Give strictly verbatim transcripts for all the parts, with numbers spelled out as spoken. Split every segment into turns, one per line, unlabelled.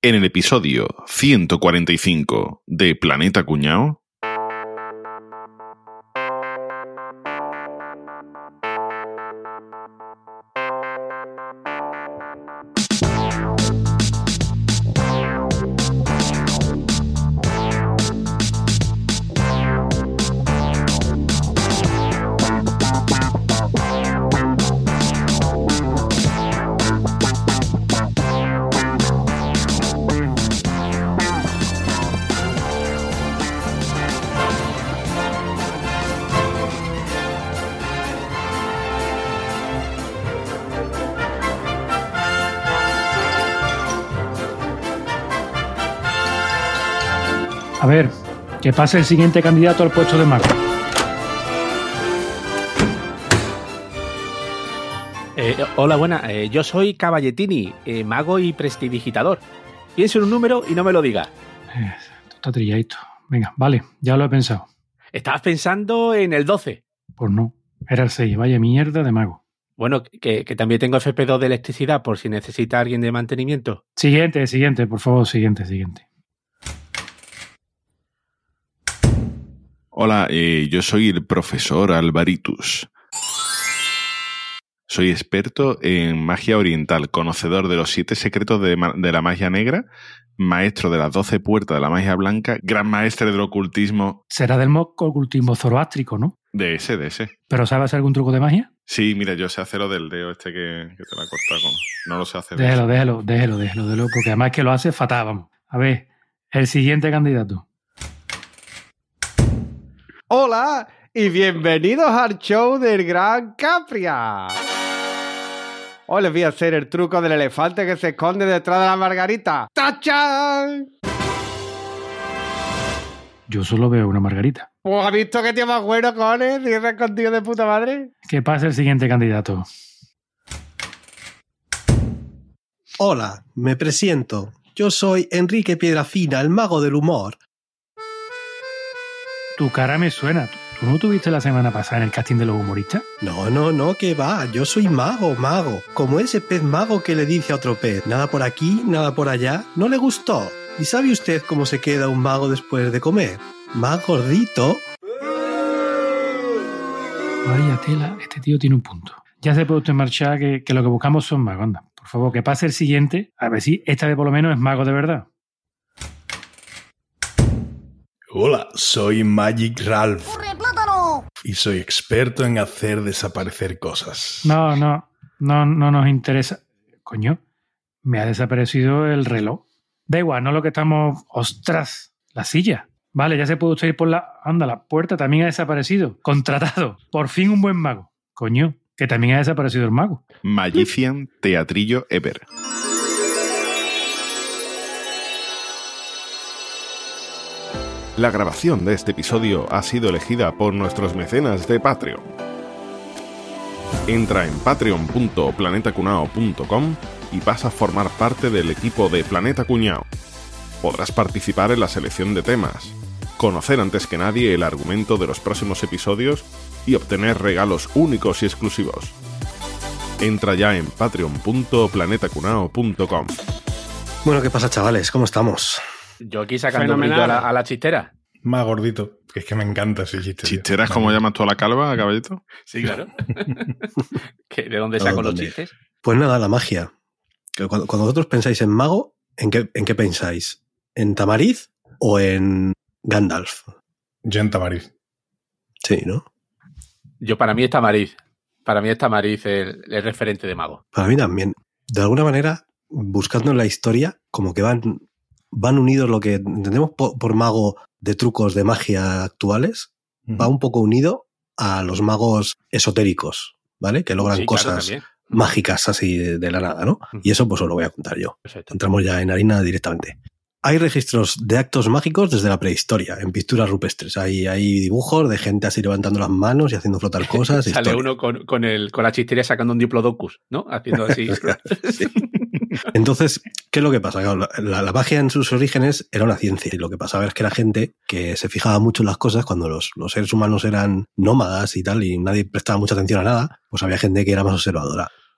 En el episodio ciento cuarenta y cinco de Planeta Cuñao.
A ver, que pase el siguiente candidato al puesto de mago.
Eh, hola, buena. Eh, yo soy Caballettini, eh, mago y prestidigitador. Pienso en un número y no me lo digas.
Eh, esto está trilladito. Venga, vale, ya lo he pensado.
Estabas pensando en el doce.
Pues no, era el seis. Vaya mierda de mago.
Bueno, que, que también tengo F P dos de electricidad por si necesita alguien de mantenimiento.
Siguiente, siguiente, por favor, siguiente, siguiente.
Hola, eh, yo soy el profesor Alvaritus. Soy experto en magia oriental, conocedor de los siete secretos de, ma- de la magia negra, maestro de las doce puertas de la magia blanca, gran maestre del ocultismo.
Será del ocultismo zoroástrico, ¿no?
De ese, de ese.
¿Pero sabes algún truco de magia?
Sí, mira, yo sé hacer lo del dedo este que, que te la he cortado. Con... No lo sé hacer.
Déjelo, déjelo, déjelo, déjelo, déjelo, porque además que lo hace fatal, vamos. A ver, el siguiente candidato.
Hola y bienvenidos al show del Gran Capria. Hoy les voy a hacer el truco del elefante que se esconde detrás de la margarita. ¡Tachán!
Yo solo veo una margarita.
Pues, ¿has visto que tío más bueno, cojones? ¿Y ese contigo de puta madre?
Que pase el siguiente candidato.
Hola, me presento. Yo soy Enrique Piedrafina, el mago del humor.
Tu cara me suena. ¿Tú no tuviste la semana pasada en el casting de los humoristas?
No, no, no, que va. Yo soy mago, mago. Como ese pez mago que le dice a otro pez, nada por aquí, nada por allá. ¿No le gustó? ¿Y sabe usted cómo se queda un mago después de comer? Más gordito.
Vaya tela, este tío tiene un punto. Ya se puede usted marchar, que, que lo que buscamos son magos. Anda, por favor, que pase el siguiente. A ver si esta vez por lo menos es mago de verdad.
Hola, soy Magic Ralph. ¡Corre, plátano! Y soy experto en hacer desaparecer cosas.
No, no, no, no nos interesa. Coño, me ha desaparecido el reloj. Da igual, no lo que estamos... ¡Ostras! La silla. Vale, ya se puede usted ir por la... Anda, la puerta también ha desaparecido. Contratado. Por fin un buen mago. Coño, que también ha desaparecido el mago.
Magician Teatrillo Ever. La grabación de este episodio ha sido elegida por nuestros mecenas de Patreon. Entra en patreon punto planetacunao punto com y pasa a formar parte del equipo de Planeta Cuñao. Podrás participar en la selección de temas, conocer antes que nadie el argumento de los próximos episodios y obtener regalos únicos y exclusivos. Entra ya en patreon punto planetacunao punto com.
Bueno, ¿qué pasa, chavales? ¿Cómo estamos?
Yo aquí sacando brillo a la, a la chistera.
Más gordito, que es que me encanta ese chiste.
¿Chisteras como llamas tú a la calva, caballito?
Sí, claro. ¿De dónde saco los chistes?
Pues nada, la magia. Cuando, cuando vosotros pensáis en mago, ¿en qué, en qué pensáis? ¿En Tamariz o en Gandalf?
Yo en Tamariz.
Sí, ¿no?
Yo, para mí es Tamariz. Para mí es Tamariz el, el referente de mago.
Para mí también. De alguna manera, buscando en la historia, como que van... van unidos lo que entendemos por, por mago de trucos de magia actuales, uh-huh. Va un poco unido a los magos esotéricos, ¿vale? Que logran sí, cosas claro, mágicas así de, de la nada, ¿no? Uh-huh. Y eso pues os lo voy a contar yo. Perfecto. Entramos ya en harina directamente. Hay registros de actos mágicos desde la prehistoria, en pinturas rupestres. Hay, hay dibujos de gente así levantando las manos y haciendo flotar cosas.
Sale historia. Uno con, con, el, con la chisteria sacando un diplodocus, ¿no? Haciendo así.
Sí. Entonces, ¿qué es lo que pasa? Claro, la, la magia en sus orígenes era una ciencia y lo que pasaba es que la gente que se fijaba mucho en las cosas cuando los, los seres humanos eran nómadas y tal y nadie prestaba mucha atención a nada, pues había gente que era más observadora.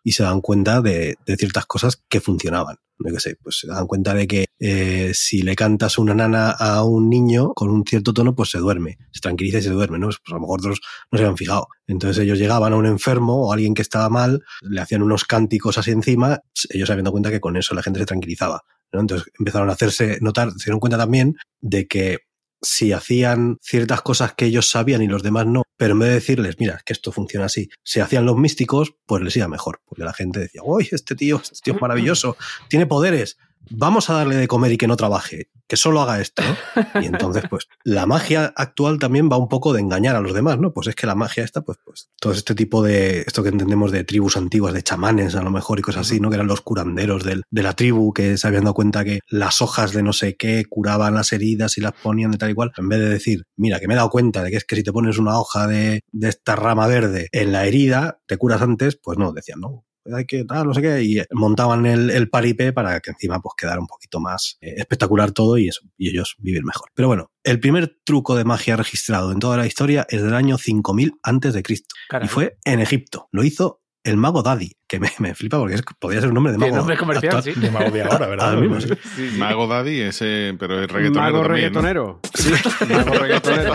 y se dan cuenta de, de ciertas cosas que funcionaban. No qué sé, pues se dan cuenta de que eh, si le cantas una nana a un niño con un cierto tono, pues se duerme, se tranquiliza y se duerme, ¿no? Pues a lo mejor otros no se habían fijado. Entonces ellos llegaban a un enfermo o a alguien que estaba mal, le hacían unos cánticos así encima, ellos se habían dado cuenta que con eso la gente se tranquilizaba, ¿no? Entonces empezaron a hacerse notar, se dieron cuenta también de que si hacían ciertas cosas que ellos sabían y los demás no, pero en vez de decirles, mira, que esto funciona así, si hacían los místicos, pues les iba mejor, porque la gente decía, uy, este tío, este tío es maravilloso, tiene poderes, vamos a darle de comer y que no trabaje, que solo haga esto, ¿no? Y entonces, pues, la magia actual también va un poco de engañar a los demás, ¿no? Pues es que la magia esta, pues, pues, todo este tipo de, esto que entendemos de tribus antiguas, de chamanes a lo mejor y cosas así, ¿no? Que eran los curanderos del, de la tribu, que se habían dado cuenta que las hojas de no sé qué curaban las heridas y las ponían de tal y cual, en vez de decir, mira, que me he dado cuenta de que es que si te pones una hoja de, de esta rama verde en la herida, te curas antes, pues no, decían, no, hay que tal, no sé qué, y montaban el, el paripé para que encima pues quedara un poquito más eh, espectacular todo y eso, y ellos vivir mejor. Pero bueno, el primer truco de magia registrado en toda la historia es del año cinco mil antes de Cristo y fue en Egipto. Lo hizo el mago Daddy, que me, me flipa porque es, podría ser un nombre de mago.
De nombre comercial,
sí. De mago de ahora, ¿verdad?
Ahora mismo, sí.
Sí, sí. Mago Daddy, ese, pero es reggaetonero.
Mago
también,
reggaetonero.
¿no?
Sí, mago reggaetonero.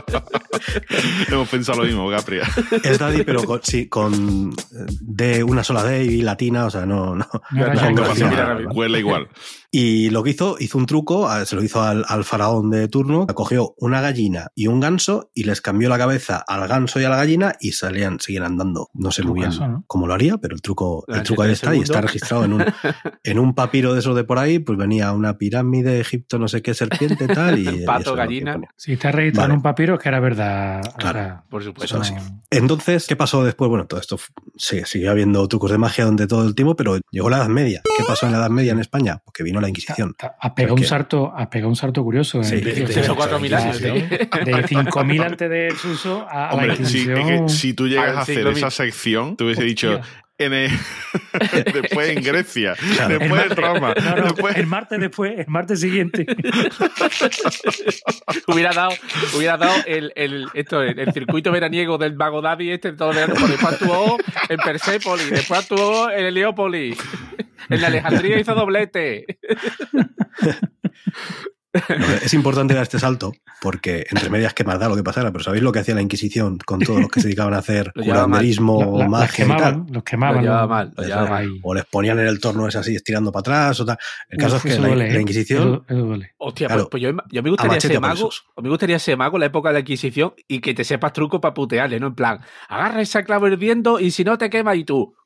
Hemos pensado lo mismo, Capria.
Es Daddy, pero con, sí, con de una sola D y latina, o sea, no... no,
No,
no,
no,
no,
no,
no,
Huele igual.
Y lo que hizo, hizo un truco, se lo hizo al, al faraón de turno, cogió una gallina y un ganso y les cambió la cabeza al ganso y a la gallina y salían, seguían andando. No sé muy bien
Eso, ¿no?
cómo lo haría, pero el truco, el truco ahí está
segundos.
y está registrado en un, en un papiro de esos de por ahí, pues venía una pirámide, Egipto, no sé qué, serpiente, tal, y...
Pato,
y eso
gallina.
Si está registrado
Vale.
en un papiro, es que era verdad.
Claro,
o sea,
por supuesto.
Eso
no-
así. Entonces, ¿qué pasó después? Bueno, todo esto sigue, sigue habiendo trucos de magia durante todo el tiempo, pero llegó la Edad Media. ¿Qué pasó en la Edad Media en España? Porque vino la Inquisición.
ta- ha pegado
¿Por
un
qué?
salto, ha pegado un salto curioso.
Sí,
en-
de-
de-
de-
Tres o cuatro mil años,
de-
¿eh?
de cinco mil antes de Suso a, a la
Hombre, sí,
Inquisición.
es que si tú llegas
al
a hacer
siglo
esa
mil.
sección, te hubiese
Hostia.
dicho en el- después en Grecia,
Claro.
El
después en
martes-
Roma,
no, no,
después...
el martes después, el martes siguiente.
hubiera dado, hubiera dado el, el, esto, el, el circuito veraniego del mago Daddy este todo el verano, porque después actuó en Persépolis, después actuó en Heliópolis, en la Alejandría hizo doblete.
No, es importante dar este salto porque entre medias que más da lo que pasara, pero ¿sabéis lo que hacía la Inquisición con todos los que se dedicaban a hacer
Lo llevaba mal.
curanderismo,
La- la- los
magia y tal?
quemaban, los quemaban.
Lo llevaba
¿no?
mal, lo
Eso
llevaba
es.
mal.
Ahí.
O les ponían en el torno ese así estirando para atrás o tal. El caso
Uf,
es que
eso
la,
duele,
la
¿eh?
Inquisición...
Eso, eso duele.
Hostia,
Claro.
pues, pues yo, yo me
A
gustaría
machete
ser
a
mago,
pulsos.
me gustaría ser mago en la época de la Inquisición y que te sepas truco para putearle, ¿no? En plan, agarra ese clavo hirviendo y si no te quema y tú...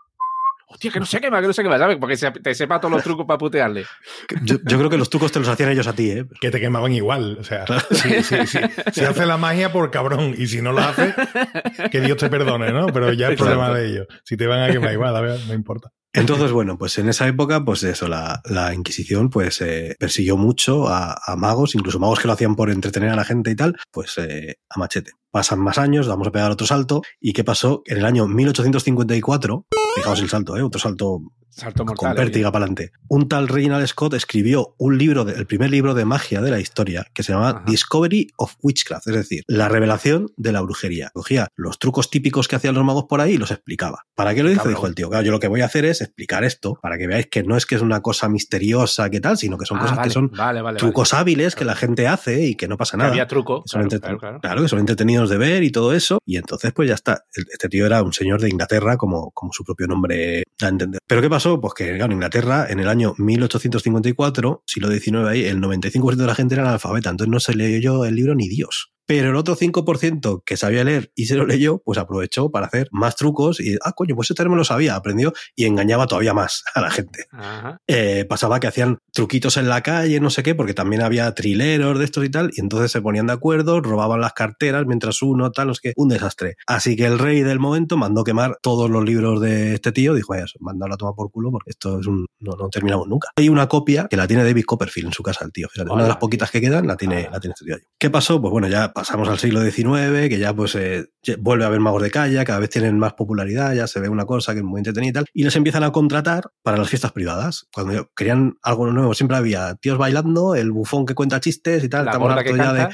Hostia, que no se quema, que no se quema, ¿sabes? Porque se- te sepa todos los trucos para putearle.
Yo, yo creo que los trucos te los hacían ellos a ti, ¿eh?
Que te quemaban igual. O sea, si, si, si, si hace la magia, por cabrón. Y si no la hace, que Dios te perdone, ¿no? Pero ya es
Exacto.
problema de ellos. Si te van a quemar igual, a ver, no importa.
Entonces, bueno, pues en esa época, pues eso, la, la Inquisición pues eh, persiguió mucho a, a magos, incluso magos que lo hacían por entretener a la gente y tal, pues eh, a machete. Pasan más años, vamos a pegar otro salto. ¿Y qué pasó? En el año mil ochocientos cincuenta y cuatro, fijaos el salto, ¿eh? Otro salto
Salto
con
mortal.
pértiga para adelante. Un tal Reginald Scott escribió un libro, de- el primer libro de magia de la historia, que se llama
Ajá.
Discovery of Witchcraft, es decir, la revelación de la brujería. Cogía los trucos típicos que hacían los magos por ahí y los explicaba. ¿Para qué lo hizo?
Cabrón.
Dijo el tío, claro, yo lo que voy a hacer es explicar esto, para que veáis que no es que es una cosa misteriosa, que tal, sino que son
Ah,
cosas
vale,
que son
vale, vale,
trucos
vale.
hábiles que la gente hace y que no pasa
Que
nada.
había truco.
Que son
Claro,
entreten-
claro, claro.
claro, que son entretenidos de ver y todo eso. Y entonces, pues ya está. El- Este tío era un señor de Inglaterra, como, como su propio nombre da a entender. Pero ¿qué pasó? Pues que, claro, en Inglaterra, en el año mil ochocientos cincuenta y cuatro, siglo diecinueve ahí, el noventa y cinco por ciento de la gente era analfabeta, entonces no se leyó el libro ni Dios. Pero el otro cinco por ciento que sabía leer y se lo leyó, pues aprovechó para hacer más trucos y, ah, coño, pues este no me lo sabía, aprendió y engañaba todavía más a la gente.
Ajá.
Eh, pasaba que hacían truquitos en la calle, no sé qué, porque también había trileros de estos y tal, y entonces se ponían de acuerdo, robaban las carteras mientras uno, tal, no sé qué, un desastre. Así que el rey del momento mandó quemar todos los libros de este tío, dijo, vaya, mandadlo a tomar por culo porque esto es un, no, no terminamos nunca. Hay una copia que la tiene David Copperfield en su casa, el tío, fíjate, una de las poquitas que quedan la tiene, la tiene este tío ahí. ¿Qué pasó? Pues bueno, ya pasamos al siglo diecinueve, que ya pues eh, vuelve a haber magos de calle, cada vez tienen más popularidad, ya se ve una cosa que es muy entretenida y tal, y les empiezan a contratar para las fiestas privadas. Cuando querían algo nuevo, siempre había tíos bailando, el bufón que cuenta chistes y tal,
La
estamos
gorda que
hartos ya de...
canta.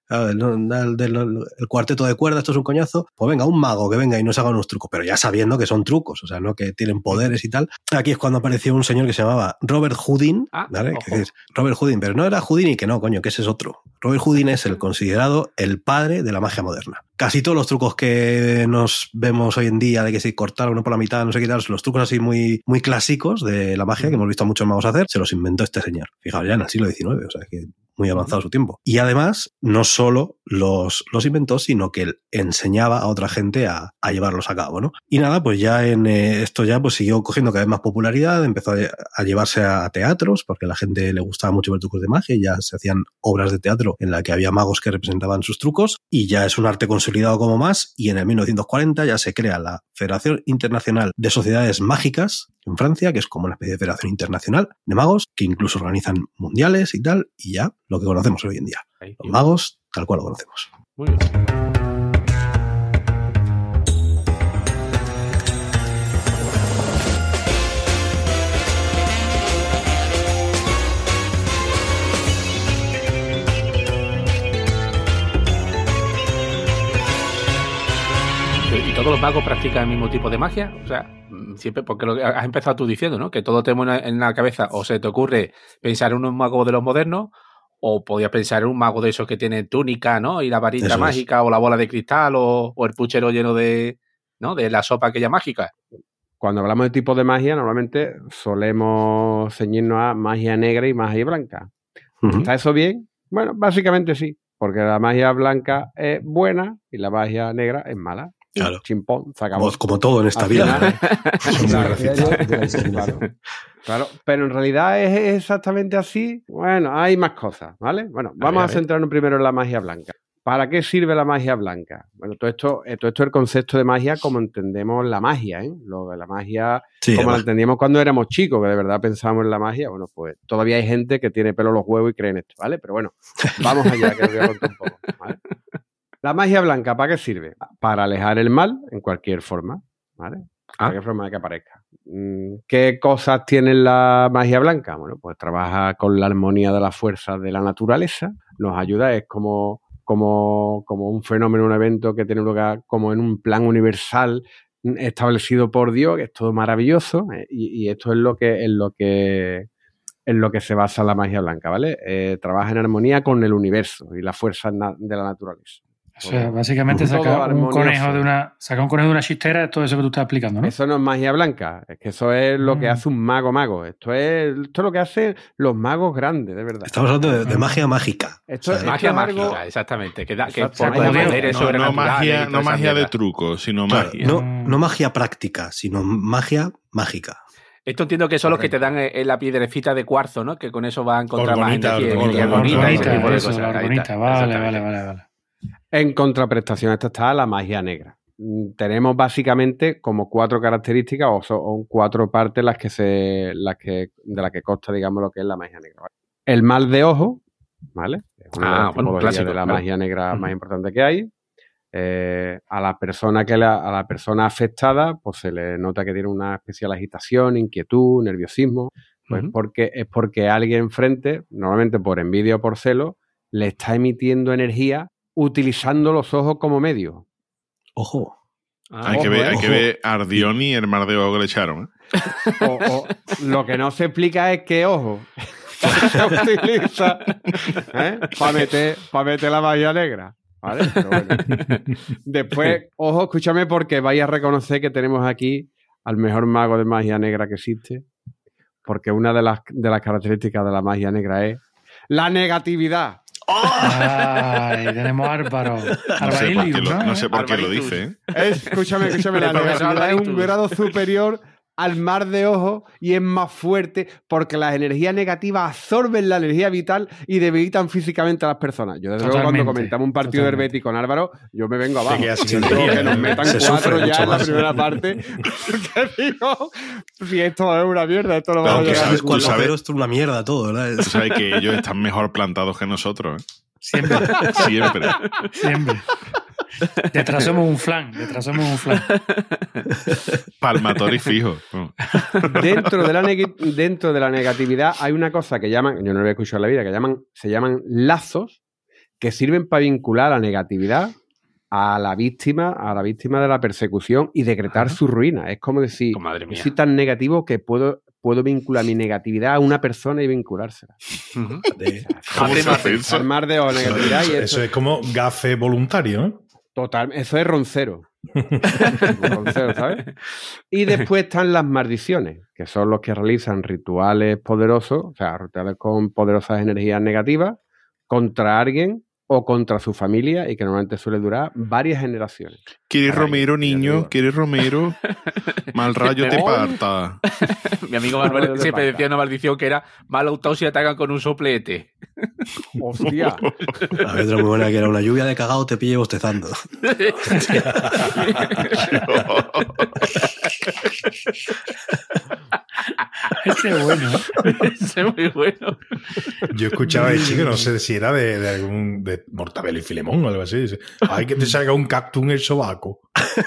El, el, el, el cuarteto de cuerda, esto es un coñazo, pues venga, un mago que venga y nos haga unos trucos, pero ya sabiendo que son trucos, o sea, no que tienen poderes y tal. Aquí es cuando apareció un señor que se llamaba Robert Houdin,
ah,
¿vale? Que es Robert Houdin, pero no era Houdini, que no, coño, que ese es otro. Robert Houdin es el considerado el padre de la magia moderna. Casi todos los trucos que nos vemos hoy en día, de que si cortar uno por la mitad, no sé qué tal, los trucos así muy, muy clásicos de la magia que hemos visto a muchos magos hacer, se los inventó este señor. Fijaos, ya en el siglo diecinueve, o sea, que muy avanzado su tiempo. Y además, no solo los, los inventó, sino que él enseñaba a otra gente a, a llevarlos a cabo, ¿no? Y nada, pues ya en eh, esto ya pues siguió cogiendo cada vez más popularidad, empezó a, a llevarse a teatros, porque a la gente le gustaba mucho ver trucos de magia, y ya se hacían obras de teatro en la que había magos que representaban sus trucos, y ya es un arte consolidado como más, y en el mil novecientos cuarenta ya se crea la Federación Internacional de Sociedades Mágicas en Francia, que es como una especie de federación internacional de magos, que incluso organizan mundiales y tal, y ya lo que conocemos hoy en día. Los magos, tal cual lo conocemos.
Muy bien. ¿Y todos los magos practican el mismo tipo de magia? O sea, siempre, porque lo que has empezado tú diciendo, ¿no? Que todo tenemos en la cabeza, o se te ocurre pensar en un mago de los modernos, o podías pensar en un mago de esos que tiene túnica, ¿no? Y la varita Eso mágica, es. O la bola de cristal, o, o el puchero lleno de, ¿no? De la sopa aquella mágica.
Cuando hablamos de tipos de magia, normalmente solemos ceñirnos a magia negra y magia blanca. Uh-huh. ¿Está eso bien? Bueno, básicamente sí, porque la magia blanca es buena y la magia negra es mala.
Claro.
Chimpón, se acabó.
Como, como todo en esta Al vida.
Final, claro, claro, pero en realidad es exactamente así. Bueno, hay más cosas, ¿vale? Bueno, vamos a, ver, a, a centrarnos primero en la magia blanca. ¿Para qué sirve la magia blanca? Bueno, todo esto, todo esto es el concepto de magia como entendemos la magia, ¿eh? Lo de la magia, sí, como la entendíamos cuando éramos chicos, que de verdad pensábamos en la magia. Bueno, pues todavía hay gente que tiene pelo en los huevos y cree en esto, ¿vale? Pero bueno, vamos allá, que os voy a contar un poco, ¿vale? La magia blanca, ¿para qué sirve? Para alejar el mal en cualquier forma, ¿vale?
Ah.
Cualquier forma de que aparezca. ¿Qué cosas tiene la magia blanca? Bueno, pues trabaja con la armonía de las fuerzas de la naturaleza, nos ayuda, es como, como, como un fenómeno, un evento que tiene lugar como en un plan universal establecido por Dios, que es todo maravilloso, y, y esto es lo que, en lo que en lo que se basa la magia blanca, ¿vale? Eh, trabaja en armonía con el universo y las fuerzas na- de la naturaleza.
O sea, básicamente sacar un conejo de una sacar un conejo de una chistera es todo eso que tú estás explicando, ¿no?
Eso no es magia blanca, es que eso es lo mm. que hace un mago mago. Esto es, esto es lo que hacen los magos grandes, de verdad.
Estamos hablando de, de magia mágica.
Esto, o sea, magia esto mágica, algo... exactamente. Que, da, que
por poderes no, no, no magia, no magia de truco, sino claro, magia.
No, no magia práctica, sino magia mágica.
Esto entiendo que son los que te dan en la piedrecita de cuarzo, ¿no? Que con eso van contra más energía. Orgonita,
vale, vale, vale, vale.
En contraprestación a esta está la magia negra. Tenemos básicamente como cuatro características o, so, o cuatro partes las que se, las que, de las que consta, digamos, lo que es la magia negra. ¿Vale? El mal de ojo, ¿vale? Es una ah, de las bueno, clásico, de la claro. magia negra uh-huh. más importante que hay. Eh, a la persona que la, a la persona afectada, pues se le nota que tiene una especial agitación, inquietud, nerviosismo, pues uh-huh. porque es porque alguien enfrente, normalmente por envidia o por celo, le está emitiendo energía utilizando los ojos como medio.
Ojo.
Ah, hay, ojo, que ver, eh, hay que ver Ardioni y el mar de ojo que le echaron. ¿eh?
O, o, lo que no se explica es que ojo se utiliza ¿eh? para meter, pa meter la magia negra. ¿Vale? Pero bueno. Después, ojo, escúchame, porque vais a reconocer que tenemos aquí al mejor mago de magia negra que existe. Porque una de las, de las características de la magia negra es la negatividad.
¡Oh! Ay, tenemos Álvaro.
No sé por qué lo, no sé por qué lo dice. ¿eh?
Es, escúchame, escúchame, la negatividad es un grado superior al mar de ojo y es más fuerte porque las energías negativas absorben la energía vital y debilitan físicamente a las personas. Yo desde luego cuando comentamos un partido totalmente. del Betis con Álvaro, yo me vengo abajo.
Sí,
que nos metan se cuatro ya en la primera parte. Porque digo, si esto es una mierda, esto no va a llegar.
Sabes, tú sabes, esto es una mierda todo, ¿verdad?
Tú sabes que ellos están mejor plantados que nosotros, ¿eh?
Siempre.
Siempre.
Siempre. Detrás somos un flan, detrás somos un flan.
Palmatori fijo.
Dentro de, la neg- dentro de la negatividad hay una cosa que llaman, yo no lo había escuchado en la vida, que llaman, se llaman lazos, que sirven para vincular la negatividad a la víctima, a la víctima de la persecución y decretar su ruina. Es como decir,
Oh, madre mía.
soy tan negativo que puedo, puedo vincular mi negatividad a una persona y vinculársela.
Ujú.
De-
¿Cómo se hace
El
eso?
mar de o negatividad y
Eso,
eso,
eso es como gafe voluntario, ¿no?
total, eso es roncero. roncero, ¿sabes? Y después están las maldiciones, que son los que realizan rituales poderosos, o sea, rituales con poderosas energías negativas contra alguien o contra su familia y que normalmente suele durar varias generaciones.
¿Quieres
Para
Romero,
que- ya te
niño?
digo.
¿Quieres Romero? Mal rayo te
Oh.
parta.
Mi amigo
Madre
Manuel
de
siempre
pata.
decía una maldición que era mal autos y atacan con un soplete.
Hostia.
Había otra muy buena que era una lluvia de cagao te pille bostezando.
Ese es bueno. ¿eh?
Ese es muy bueno.
Yo escuchaba de chico, no sé si era de, de algún de Mortadelo y Filemón o algo así. Dice, hay que te salga un cactus en el sobaco.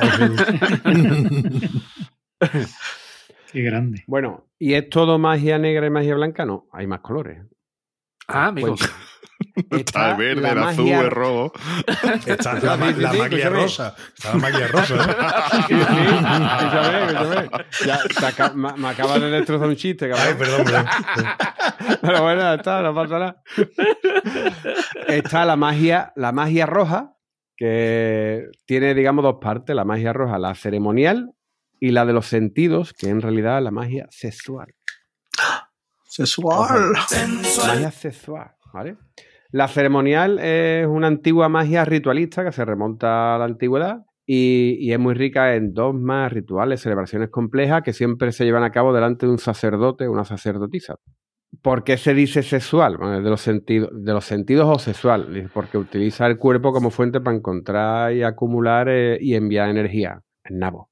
Qué grande.
Bueno, ¿y es todo magia negra y magia blanca? No, hay más colores.
Ah, amigo.
Pues,
Está el verde,
la
el azul,
magia-
el rojo.
Está la, ma-
Sí, sí,
la
sí,
maglia
escúchame.
rosa. Está la maglia rosa.
Sí, sí, escúchame, escúchame. Ya, te aca- me, me acabas de destrozar un chiste,
Ay,
cabrón.
perdón, perdón.
Pero bueno, ya está, no pasa nada. Está la magia, la magia roja, que tiene, digamos, dos partes. La magia roja, la ceremonial, y la de los sentidos, que en realidad es la magia sexual.
Sexual.
Magia sexual, ¿vale? La ceremonial es una antigua magia ritualista que se remonta a la antigüedad y, y es muy rica en dogmas, rituales, celebraciones complejas que siempre se llevan a cabo delante de un sacerdote o una sacerdotisa. ¿Por qué se dice sexual? Bueno, de los sentidos, de los sentidos o sexual, Dice, porque utiliza el cuerpo como fuente para encontrar y acumular eh, y enviar energía. El nabo.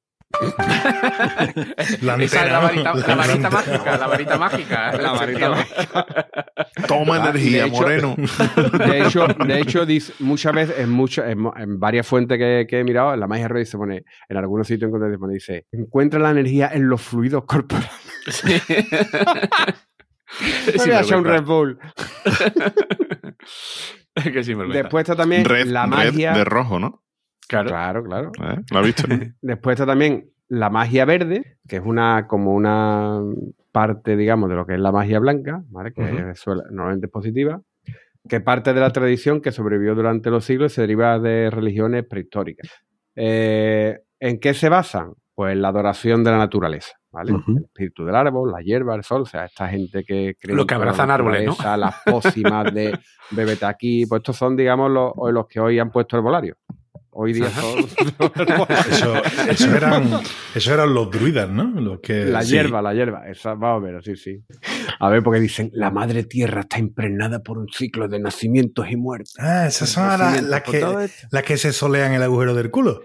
La
Esa es la
antena,
varita,
¿no?
la varita
La
mágica, la varita mágica.
La varita mágica.
Toma
Ah,
energía,
de hecho-
moreno.
De hecho, de hecho dice, muchas veces, en, muchas, en, mo- en varias fuentes que, que he mirado, en la magia roja se pone, en algunos sitios en se pone, dice, encuentra la energía en los fluidos corporales.
Sí.
Me voy a echar un Red Bull.
Que sí, me
Después está también
Red,
la
red
magia.
de rojo, ¿no?
Claro.
Claro, claro.
¿Eh? ¿Lo has visto?
Después está también la magia verde, que es una como una parte, digamos, de lo que es la magia blanca, ¿vale? Que
Ujú.
suele- normalmente es positiva, que parte de la tradición que sobrevivió durante los siglos y se deriva de religiones prehistóricas. Eh, ¿En qué se basan? Pues en la adoración de la naturaleza, ¿vale?
Ujú.
El espíritu del árbol, la hierba, el sol, o sea, esta gente que cree
Lo
en
que
toda la
abrazan árboles, ¿no?
naturaleza, las pócimas de bebete aquí, pues estos son, digamos, los, los que hoy han puesto el volario. Hoy día son
Eso, eso, eran, eso eran los druidas, ¿no? Los que,
la
sí.
hierba, la hierba. Esa, vamos a ver, sí, sí. A ver, porque dicen, la madre tierra está impregnada por un ciclo de nacimientos y muertes.
Ah, esas son las,
Nacimientos,
las,
por todo
que,
esto.
las que se solean el agujero del culo.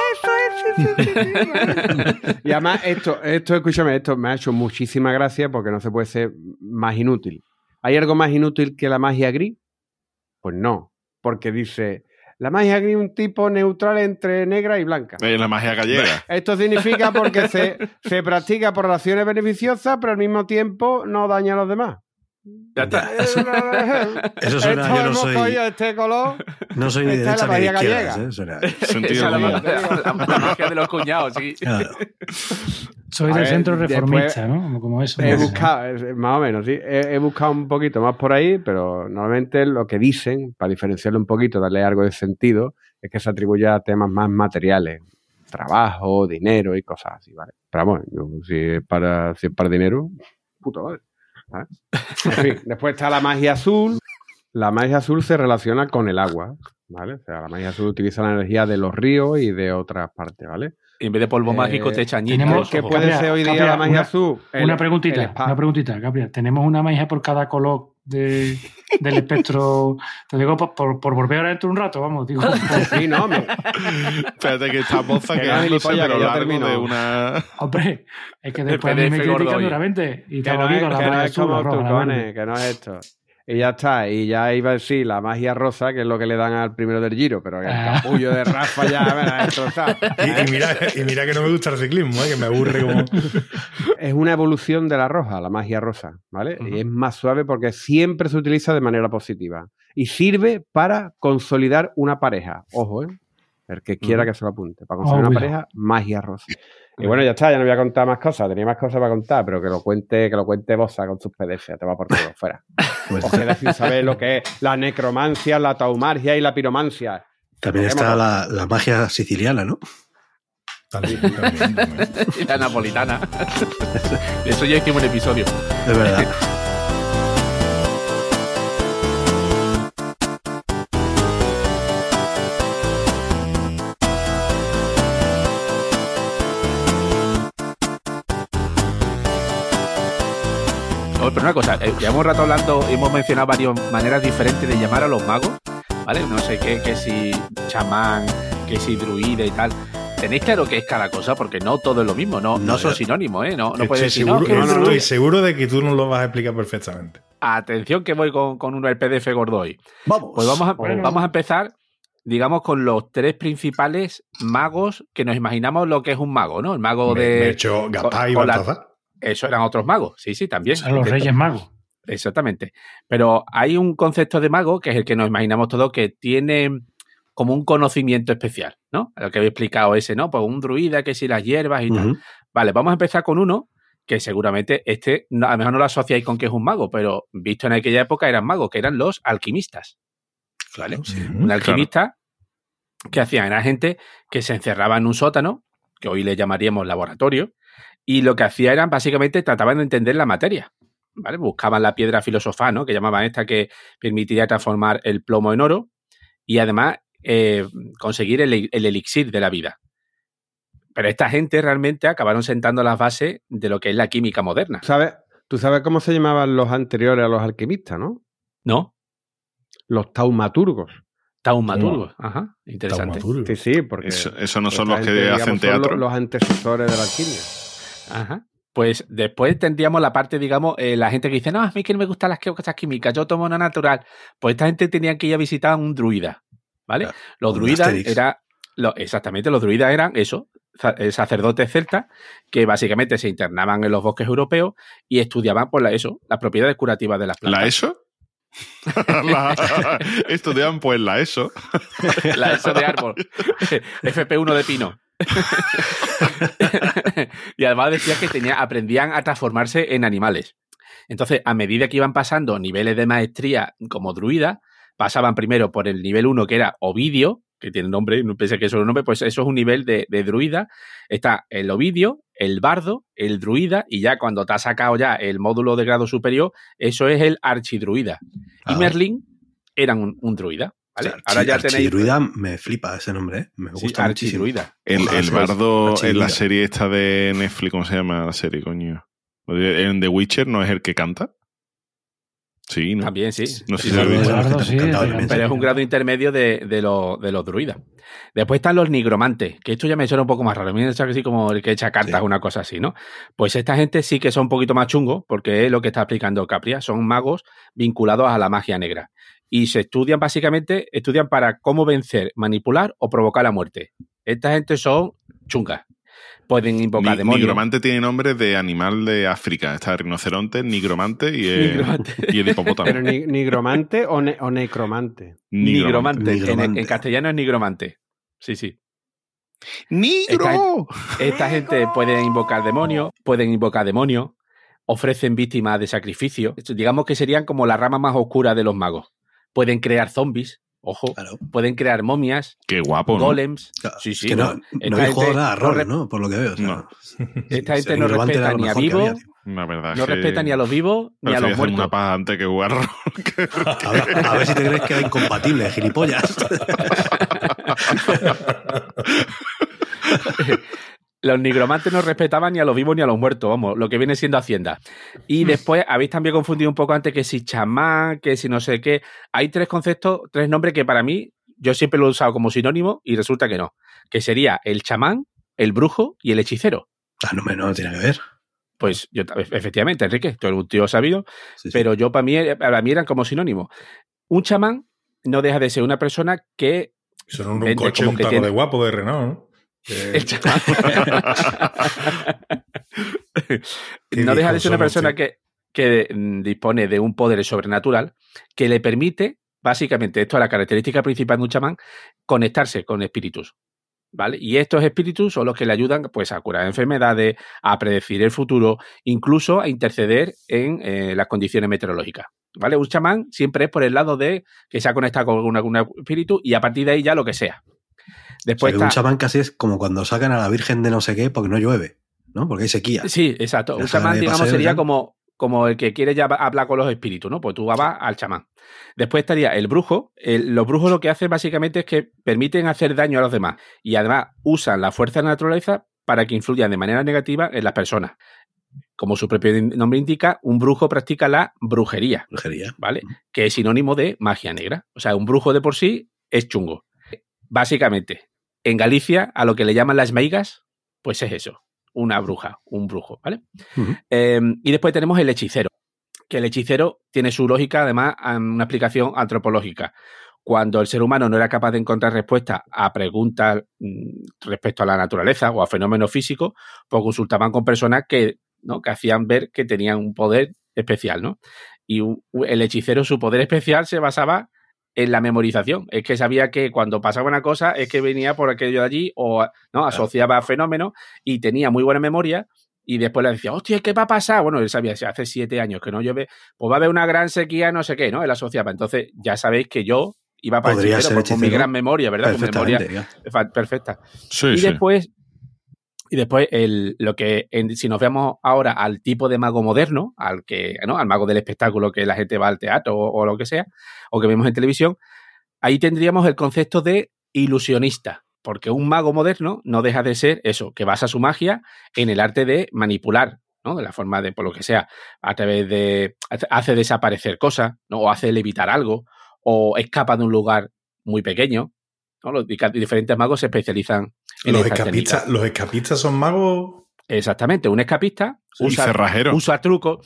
Y además, esto, esto, escúchame, esto me ha hecho muchísima gracia porque no se puede ser más inútil. ¿Hay algo más inútil que la magia gris? Pues no, porque dice, la magia gris es un tipo neutral entre negra y blanca.
Eh, la magia gallega.
Esto significa porque se, se practica por razones beneficiosas, pero al mismo tiempo no daña a los demás.
Ya está.
Eso suena,
Esto
yo no
hemos
soy,
cogido este color.
no soy ni de
Esta es la
derecha ni de
magia
izquierdas.
gallega.
¿eh? Suena-
Sentido
Esa es la,
común.
la- la magia de los cuñados, sí.
claro.
Soy
A
del
ver,
centro
después-
reformista, ¿no? Como, como eso.
He
¿no?
buscado, eh, más o menos, sí. He, he buscado un poquito más por ahí, pero normalmente lo que dicen, para diferenciarlo un poquito, darle algo de sentido, es que se atribuye a temas más materiales. Trabajo, dinero y cosas así, ¿vale? Pero vamos, yo, si, es para, si es para dinero, puta madre. ¿vale? En fin, después está la magia azul. La magia azul se relaciona con el agua, ¿vale? O sea, la magia azul utiliza la energía de los ríos y de otras partes, ¿vale?
Y en vez de polvo
Eh,
mágico te echan
tenemos
ñitos.
¿Qué
Capria,
puede ser hoy día
Capria,
la magia
una-
azul? El-
Una
el
preguntita,
spa.
una preguntita, Gabriel. Tenemos una magia por cada color de, del espectro. Te digo por, por, por volver a dentro un rato, vamos. Digo, por-
Sí, no, me,
Espérate que estamos
Que no,
quedándose,
gilipollas,
pero
que ya
largo
termino.
de una...
hombre, es que
El
después a mí
P D
me
F
critican
gordo, oye.
duramente. Y
que
estamos
no
aquí
es,
con la
que no
magia
es
azul,
como
la roja,
tú,
la
cojones,
verde.
que no es esto. Y ya está, y ya iba a decir la magia rosa, que es lo que le dan al primero del Giro, pero el capullo de Rafa ya me la ha destrozado.
Y, y, mira, y mira que no me gusta el ciclismo, ¿eh? Que me aburre como...
Es una evolución de la roja, la magia rosa, ¿vale? Uh-huh. Y es más suave porque siempre se utiliza de manera positiva. Y sirve para consolidar una pareja. Ojo, ¿eh? El que quiera uh-huh. que se lo apunte. Para consolidar oh, una pareja, magia rosa. Y bueno, ya está, ya no voy a contar más cosas. Tenía más cosas para contar, pero que lo cuente, que lo cuente Bosa con sus P D F. Te va por todo, fuera. Pues os quedáis sin saber lo que es la necromancia, la taumagia y la piromancia.
También está la, la magia siciliana, ¿no?
También, también, también.
Y la napolitana. De eso ya hicimos un episodio.
De verdad.
Pero una cosa, eh, llevamos un rato hablando, hemos mencionado varias maneras diferentes de llamar a los magos, ¿vale? No sé qué, que si chamán, que si druida y tal. Tenéis claro qué es cada cosa, porque no todo es lo mismo, no, no, no son sinónimos, ¿eh? No, no puedes decir,
seguro,
no, que
no, no, estoy seguro de que tú nos lo vas a explicar perfectamente.
Atención que voy con, con uno del P D F gordo hoy.
Vamos.
Pues vamos a,
bueno.
vamos a empezar, digamos, con los tres principales magos que nos imaginamos lo que es un mago, ¿no? El mago
me,
de...
Me he hecho Gapá y Baltazar.
Eso eran otros magos, sí, sí, también.
Son los Reyes Magos.
Exactamente. Pero hay un concepto de mago, que es el que nos imaginamos todos, que tiene como un conocimiento especial, ¿no? Lo que había explicado ese, ¿no? Pues un druida, que si las hierbas y uh-huh. tal. Vale, vamos a empezar con uno que seguramente este, a lo mejor no lo asociáis con que es un mago, pero visto en aquella época eran magos, que eran los alquimistas. ¿Vale?
Claro, sí,
un alquimista, claro. que hacían? Era gente que se encerraba en un sótano, que hoy le llamaríamos laboratorio, y lo que hacía eran, básicamente, trataban de entender la materia, ¿vale? Buscaban la piedra filosofal, ¿no? Que llamaban esta, que permitiría transformar el plomo en oro y, además, eh, conseguir el, el elixir de la vida. Pero esta gente realmente acabaron sentando las bases de lo que es la química moderna.
¿Sabes? Tú sabes cómo se llamaban los anteriores a los alquimistas, ¿no?
¿No?
Los taumaturgos.
Taumaturgos, no. Ajá, interesante.
Taumaturgos. Sí, sí, porque...
Eso, eso no son los gente, que digamos, hacen teatro.
Son los, los antecesores de la alquimia.
Ajá. Pues después tendríamos la parte, digamos, eh, la gente que dice, no, a mí que no me gustan las cosas químicas, yo tomo una natural. Pues esta gente tenía que ir a visitar a un druida, ¿vale? Claro, los druidas eran, lo, exactamente, los druidas eran eso, sacerdotes celtas que básicamente se internaban en los bosques europeos y estudiaban, pues, la, eso, las propiedades curativas de las plantas.
¿La ESO? la, estudiaban, pues, la ESO.
La ESO de árbol. F P uno de pino. Y además decía que tenía, aprendían a transformarse en animales. Entonces, a medida que iban pasando niveles de maestría como druida, pasaban primero por el nivel uno, que era Ovidio, que tiene nombre, no pensé que eso era un nombre, pues eso es un nivel de, de druida. Está el Ovidio, el bardo, el druida, y ya cuando te has sacado ya el módulo de grado superior, eso es el archidruida. Ah. Y Merlín era un, un druida. ¿Vale?
Archi, Ahora ya archidruida tenéis... me flipa ese nombre, ¿eh? Me gusta
sí, muchísimo.
El, el bardo en la serie esta de Netflix, ¿cómo se llama la serie, coño? ¿En The Witcher no es el que canta? Sí, ¿no?
También, sí.
No sé
sí,
si lo
sí,
bardo,
sí, pero es un grado intermedio de, de, lo, de los druidas. Después están los nigromantes, que esto ya me suena un poco más raro. A mí me suena así como el que echa cartas, sí. Una cosa así, ¿no? Pues esta gente sí que son un poquito más chungos, porque es lo que está explicando Capria. Son magos vinculados a la magia negra. Y se estudian, básicamente, estudian para cómo vencer, manipular o provocar la muerte. Esta gente son chungas. Pueden invocar
Ni,
demonios.
Nigromante tiene nombre de animal de África. Está el rinoceronte, nigromante y el, nigromante. Y el hipopótamo.
¿Pero ni, nigromante o, ne, o necromante?
Nigromante. nigromante. En, en castellano es nigromante. Sí, sí.
¡Nigro!
Esta, esta gente puede invocar demonios, pueden invocar demonios, ofrecen víctimas de sacrificio. Digamos que serían como la rama más oscura de los magos. Pueden crear zombies. Ojo, claro. Pueden crear momias.
Qué guapo, ¿no?
Golems.
Claro,
sí, sí.
Es que no, no, no hay juego nada raro, ¿no? Por lo que veo. O sea,
no.
Esta gente no respeta ni a vivos,
la verdad
no
que...
respeta ni a los vivos ni a los muertos.
Una paja antes que jugar.
a, ver, a ver si te crees que era incompatible, gilipollas.
Los nigromantes no respetaban ni a los vivos ni a los muertos, vamos, lo que viene siendo Hacienda. Y después habéis también confundido un poco antes que si chamán, que si no sé qué. Hay tres conceptos, tres nombres que para mí, yo siempre lo he usado como sinónimo y resulta que no. Que sería el chamán, el brujo y el hechicero.
Ah, no, no, no tiene que ver.
Pues yo, efectivamente, Enrique, tú eres un tío sabido, sí, sí. Pero yo para mí, para mí eran como sinónimos. Un chamán no deja de ser una persona que...
Son un, un coche, un taco tiene... de guapo de Renault, ¿no? Eh...
El chamán. No deja de ser una persona que, que dispone de un poder sobrenatural que le permite, básicamente, esto es la característica principal de un chamán, conectarse con espíritus. ¿Vale? Y estos espíritus son los que le ayudan pues, a curar enfermedades, a predecir el futuro, incluso a interceder en eh, las condiciones meteorológicas. ¿Vale? Un chamán siempre es por el lado de que se ha conectado con algún espíritu y a partir de ahí ya lo que sea. Después
o sea, está... Un chamán casi es como cuando sacan a la Virgen de no sé qué porque no llueve, ¿no? Porque hay sequía.
Sí, exacto. Un chamán, digamos, paseo, sería como, como el que quiere ya hablar con los espíritus, ¿no? Pues tú vas al chamán. Después estaría el brujo. El, los brujos lo que hacen básicamente es que permiten hacer daño a los demás y además usan la fuerza de la naturaleza para que influyan de manera negativa en las personas. Como su propio nombre indica, un brujo practica la brujería.
Brujería.
¿Vale? Que es sinónimo de magia negra. O sea, un brujo de por sí es chungo. Básicamente, en Galicia, a lo que le llaman las meigas, pues es eso. Una bruja, un brujo, ¿vale? Uh-huh. Eh, y después tenemos el hechicero. Que el hechicero tiene su lógica, además, una explicación antropológica. Cuando el ser humano no era capaz de encontrar respuestas a preguntas respecto a la naturaleza o a fenómenos físicos, pues consultaban con personas que, ¿no? que hacían ver que tenían un poder especial, ¿no? Y el hechicero, su poder especial se basaba en la memorización. Es que sabía que cuando pasaba una cosa es que venía por aquello de allí o, ¿no? asociaba a fenómenos y tenía muy buena memoria. Y después le decía, hostia, ¿qué va a pasar? Bueno, él sabía, si hace siete años que no llueve, pues va a haber una gran sequía, no sé qué, ¿no? Él asociaba. Entonces, ya sabéis que yo iba para el hechicero, pues, con mi gran memoria, ¿verdad? Con memoria ya. Perfecta.
Sí,
y
sí.
después, y después el, lo que, en, si nos vemos ahora al tipo de mago moderno, al que, ¿no? Al mago del espectáculo que la gente va al teatro o, o lo que sea, o que vemos en televisión, ahí tendríamos el concepto de ilusionista. Porque un mago moderno no deja de ser eso, que basa su magia en el arte de manipular, ¿no? De la forma de, por lo que sea, a través de, hace desaparecer cosas, ¿no? O hace levitar algo, o escapa de un lugar muy pequeño, ¿no? Los diferentes magos se especializan en
los
esta
escapistas. ¿Los escapistas son magos?
Exactamente, un escapista usa, usa trucos,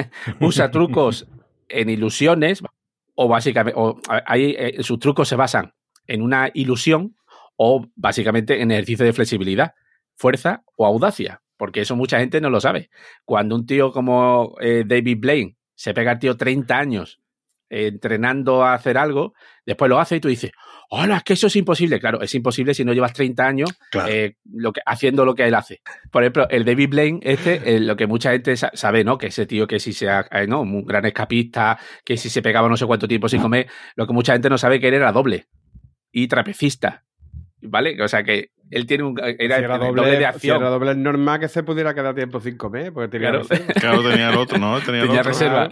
usa trucos en ilusiones, o básicamente, o ahí eh, sus trucos se basan en una ilusión, o básicamente en ejercicio de flexibilidad, fuerza o audacia, porque eso mucha gente no lo sabe. Cuando un tío como eh, David Blaine se pega al tío treinta años eh, entrenando a hacer algo, después lo hace y tú dices, ¡hola, es que eso es imposible! Claro, es imposible si no llevas treinta años claro. eh, lo que, haciendo lo que él hace. Por ejemplo, el David Blaine, este, eh, lo que mucha gente sabe, ¿no? Que ese tío que si sea, eh, ¿no? Un gran escapista, que si se pegaba no sé cuánto tiempo sin comer, lo que mucha gente no sabe que él era doble y trapecista. ¿Vale? O sea que él tiene un... Era,
si era doble, doble de acción. Si era doble, es normal que se pudiera quedar tiempo sin comer, porque tenía
claro, claro, tenía el otro, ¿no? Tenía,
tenía
el otro.
reserva.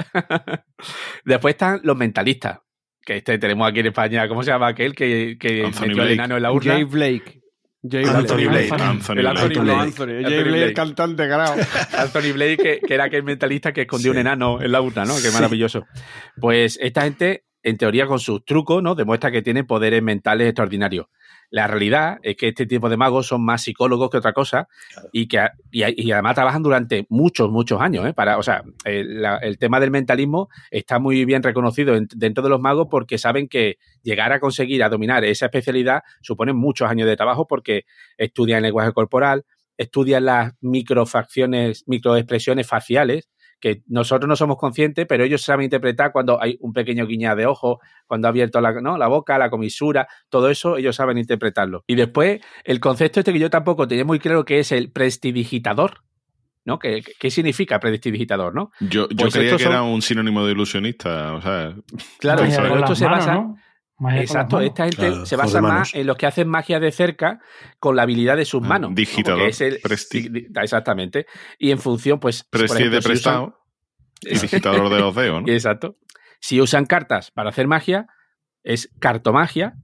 Después están los mentalistas, que este tenemos aquí en España, ¿cómo se llama aquel que, que metió al enano en la urna?
Jay Blake.
Jay
Anthony Blake.
Anthony,
Anthony
el Anthony
Blake.
Blake.
Anthony. Jay Blake, el cantante, carajo.
Anthony Blake, que, que era aquel mentalista que escondió sí. un enano en la urna, ¿no? Qué sí. maravilloso. Pues esta gente, en teoría, con sus trucos, ¿no? Demuestra que tiene poderes mentales extraordinarios. La realidad es que este tipo de magos son más psicólogos que otra cosa claro. y que y, y además trabajan durante muchos, muchos años. ¿eh? Para, o sea, el, la, el tema del mentalismo está muy bien reconocido en, dentro de los magos porque saben que llegar a conseguir a dominar esa especialidad supone muchos años de trabajo porque estudian el lenguaje corporal, estudian las microfacciones, microexpresiones faciales, que nosotros no somos conscientes, pero ellos saben interpretar cuando hay un pequeño guiñar de ojo, cuando ha abierto la, ¿no? la boca, la comisura, todo eso ellos saben interpretarlo. Y después, el concepto este que yo tampoco tenía muy claro que es el prestidigitador, ¿no? ¿Qué, qué significa prestidigitador, no?
Yo, yo
pues
creía que
son...
era un sinónimo de ilusionista, o sea...
Claro,
Magia
pero esto se
manos,
basa...
¿no? Magia
Exacto, esta gente
claro,
se basa más en los que hacen magia de cerca con la habilidad de sus
ah,
manos.
Digitador,
¿no? Es el,
presti.
Exactamente. Y en función, pues...
Presti ejemplo, de si prestado usan... y digitador de los dedos, ¿no?
Exacto. Si usan cartas para hacer magia, es cartomagia.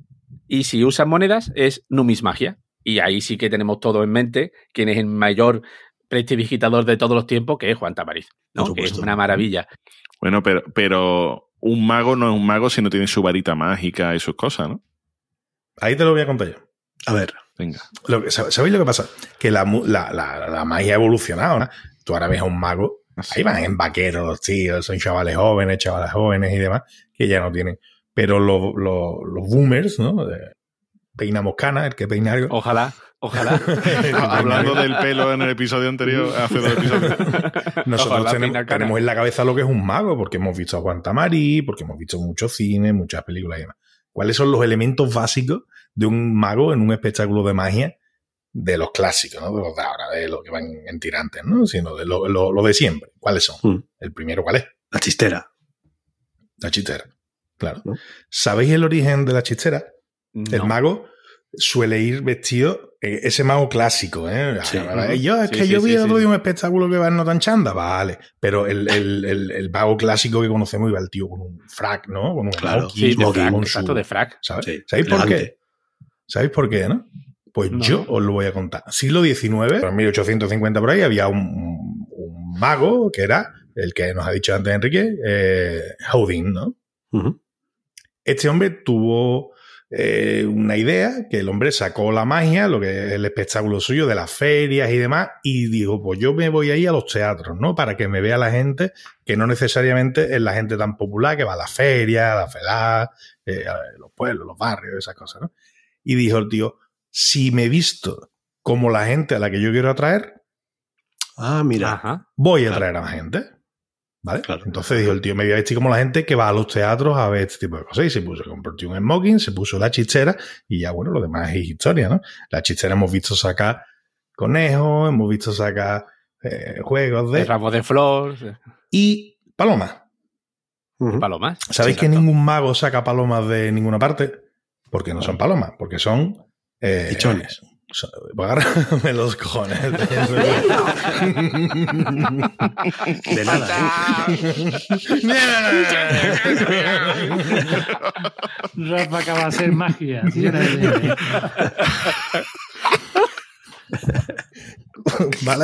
Y si usan monedas, es numismagia. Y ahí sí que tenemos todo en mente quién es el mayor prestidigitador de todos los tiempos, que es Juan Tamariz, ¿no? Que es una maravilla.
Bueno, pero... pero... un mago no es un mago si no tiene su varita mágica y sus cosas, ¿no?
Ahí te lo voy a contar yo.
A ver.
Venga.
Lo que, ¿sabéis lo que pasa? Que la, la, la, la magia ha evolucionado, ¿no? tú ahora ves a un mago, ahí van en vaqueros los tíos, son chavales jóvenes, chavales jóvenes y demás, que ya no tienen. Pero los, los, los boomers, ¿no? Peinamos canas, el que peina algo.
Ojalá, ojalá.
Hablando del pelo en el episodio anterior, hace dos episodios.
Nosotros
Ojalá
tenemos, tenemos en la cabeza lo que es un mago, porque hemos visto a Juan Tamari, porque hemos visto muchos cines, muchas películas y demás. ¿Cuáles son los elementos básicos de un mago en un espectáculo de magia de los clásicos, ¿no? De los de ahora, de los que van en tirantes, ¿no? Sino de lo, lo, lo de siempre. ¿Cuáles son? Mm. El primero, ¿cuál es?
La chistera.
La chistera, claro. ¿No? ¿Sabéis el origen de la chistera? No. El mago suele ir vestido, eh, ese mago clásico, ¿eh? Sí. Yo, es sí, que sí, yo vi sí, otro sí. día un espectáculo que va en no tan chanda, vale. Pero el, el, el, el mago clásico que conocemos iba el tío con un frac, ¿no? Con un
claro,
smoking,
sí, de frac,
con
su, de frac.
¿Sabes? Sí, ¿Sabéis por qué? ¿Sabéis por qué, no? Pues no. Yo os lo voy a contar. Siglo diecinueve, en mil ochocientos cincuenta por ahí, había un, un, un mago que era el que nos ha dicho antes Enrique, eh, Houdin, ¿no? Uh-huh. Este hombre tuvo eh, una idea, que el hombre sacó la magia, lo que es el espectáculo suyo de las ferias y demás, y dijo, pues yo me voy ahí a los teatros, ¿no? Para que me vea la gente, que no necesariamente es la gente tan popular que va a las ferias, a la felá, eh, a los pueblos, los barrios, esas cosas, ¿no? Y dijo el tío, si me visto como la gente a la que yo quiero atraer,
ah, mira,
Ajá. voy a atraer a más gente. ¿Vale? Claro. Entonces dijo el tío, me voy a vestir como la gente que va a los teatros a ver este tipo de cosas. Y se puso, compró un smoking, se puso la chistera y ya, bueno, lo demás es historia, ¿no? La chistera hemos visto sacar conejos, hemos visto sacar eh, juegos de...
El ramo de flor.
Y palomas.
Uh-huh. ¿Palomas?
¿Sabéis sí, que exacto. ningún mago saca palomas de ninguna parte? Porque no son palomas, porque son... Eh,
pichones.
Son, agárrame los cojones.
De nada.
Rafa acaba de hacer magia. ¿Sí?
¿Vale?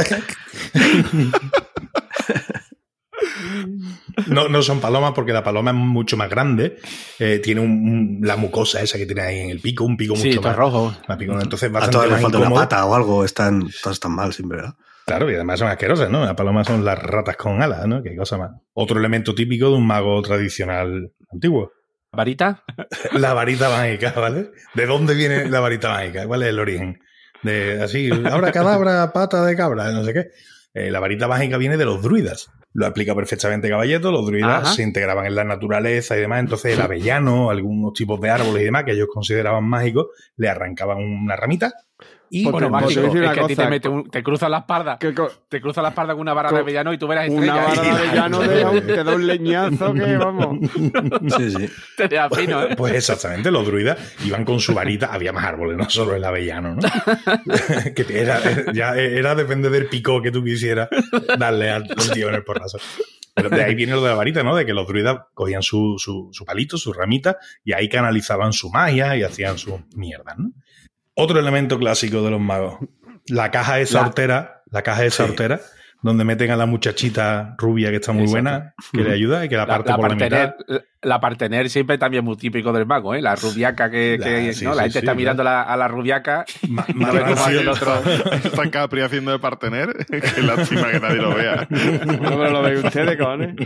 No, no son palomas porque la paloma es mucho más grande, eh, tiene un, un, la mucosa esa que tiene ahí en el pico, un pico
sí,
mucho más
rojo.
Más pico, entonces
a todas les falta una pata o algo, están, todas están mal siempre, ¿verdad?
Claro, y además son asquerosas, ¿no? Las palomas son las ratas con alas, ¿no? Qué cosa más. Otro elemento típico de un mago tradicional antiguo.
¿Varita?
La varita mágica, ¿vale? ¿De dónde viene la varita mágica? ¿Cuál es el origen? De así, abra cadabra, pata de cabra, no sé qué. Eh, la varita mágica viene de los druidas. Lo explica perfectamente Caballeto. Los druidas Ajá. se integraban en la naturaleza y demás. Entonces el avellano, algunos tipos de árboles y demás que ellos consideraban mágicos, le arrancaban una ramita. Y
bueno, mágico, es que a ti te, mete un, te cruzan la espalda, te cruzan la espalda con una vara de avellano y tú verás estrellas.
Una vara de avellano de, te da un leñazo que vamos.
Sí, sí.
Te deja fino, ¿eh?
Pues exactamente, los druidas iban con su varita, había más árboles, no solo el avellano, ¿no? Que era, ya era depende del pico que tú quisieras darle al tío en el porrazo. Pero de ahí viene lo de la varita, ¿no? De que los druidas cogían su, su, su palito, su ramita, y ahí canalizaban su magia y hacían sus mierdas, ¿no? Otro elemento clásico de los magos, la caja esa la, hortera, la caja esa sí. hortera, donde meten a la muchachita rubia que está muy Exacto. buena, que le ayuda y que la parte la, la por
partener,
la mitad.
La partener siempre también muy típico del mago, ¿eh? La rubiaca que, la, que sí, ¿no? Sí, la gente sí, está sí, mirando la, a la rubiaca.
Más no el otro. Está Capri haciendo de partener, que lástima que nadie lo vea.
No, pero lo ven ustedes, cojones.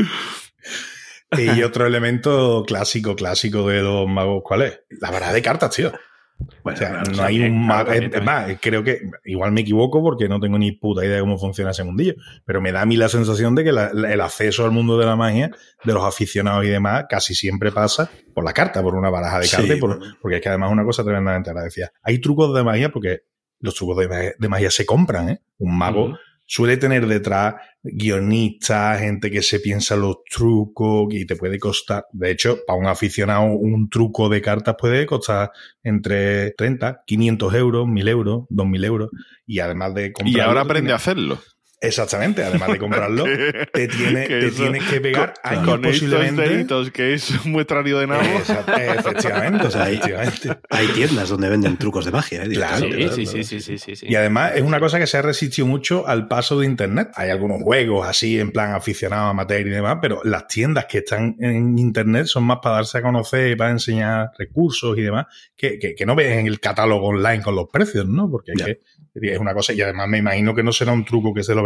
Y otro elemento clásico, clásico de los magos, ¿cuál es? La baraja de cartas, tío. Bueno, o sea, no, no hay un mago. Es, es más, creo que igual me equivoco porque no tengo ni puta idea de cómo funciona ese mundillo, pero me da a mí la sensación de que la, el acceso al mundo de la magia de los aficionados y demás casi siempre pasa por la carta, por una baraja de cartas, sí, por, porque es que además es una cosa tremendamente agradecida. Hay trucos de magia porque los trucos de magia, de magia se compran, ¿eh? Un mago uh-huh. suele tener detrás guionistas, gente que se piensa los trucos y te puede costar. De hecho, para un aficionado, un truco de cartas puede costar entre treinta, quinientos euros, mil euros, dos mil euros. Y además de comprarlo.
Y ahora aprende a hacerlo.
Exactamente, además de comprarlo, te, tiene, te eso, tienes que pegar
con,
años
con
posiblemente.
Estos deditos, que es un muestrario de nabo.
Efectivamente, o sea, efectivamente.
Hay tiendas donde venden trucos de magia, ¿eh?
Claro,
sí,
claro,
sí,
claro.
sí, sí, sí, sí.
Y además es una cosa que se ha resistido mucho al paso de Internet. Hay algunos juegos así, en plan aficionado, amateur y demás, pero las tiendas que están en Internet son más para darse a conocer, para enseñar recursos y demás, que, que, que no ves en el catálogo online con los precios, ¿no? Porque hay que, es una cosa, y además me imagino que no será un truco que se lo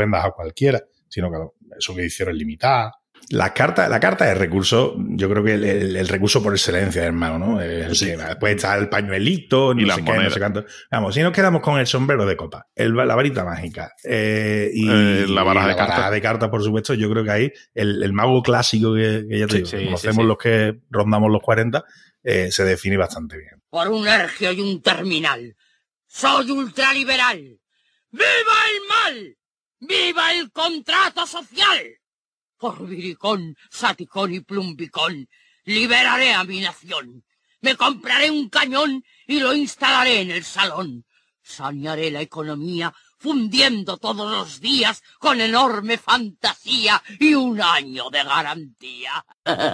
vendas a cualquiera, sino que eso que hicieron limitar. La carta, la carta de recurso, yo creo que el, el, el recurso por excelencia, hermano, ¿no? El, sí. Después está el pañuelito, no y sé qué, no sé cuánto. Vamos, si nos quedamos con el sombrero de copa, el, la varita mágica eh, y eh,
la baraja,
y
de,
la baraja
carta.
de cartas, por supuesto, yo creo que ahí el, el mago clásico que, que ya te
sí,
digo,
sí,
que conocemos
sí, sí.
los que rondamos los cuarenta, eh, se define bastante bien.
Por un ergio y un terminal, soy ultraliberal. ¡Viva el mal! ¡Viva el contrato social! Por Viricón, Saticón y Plumbicón, liberaré a mi nación. Me compraré un cañón y lo instalaré en el salón. Sanearé la economía, fundiendo todos los días con enorme fantasía y un año de garantía.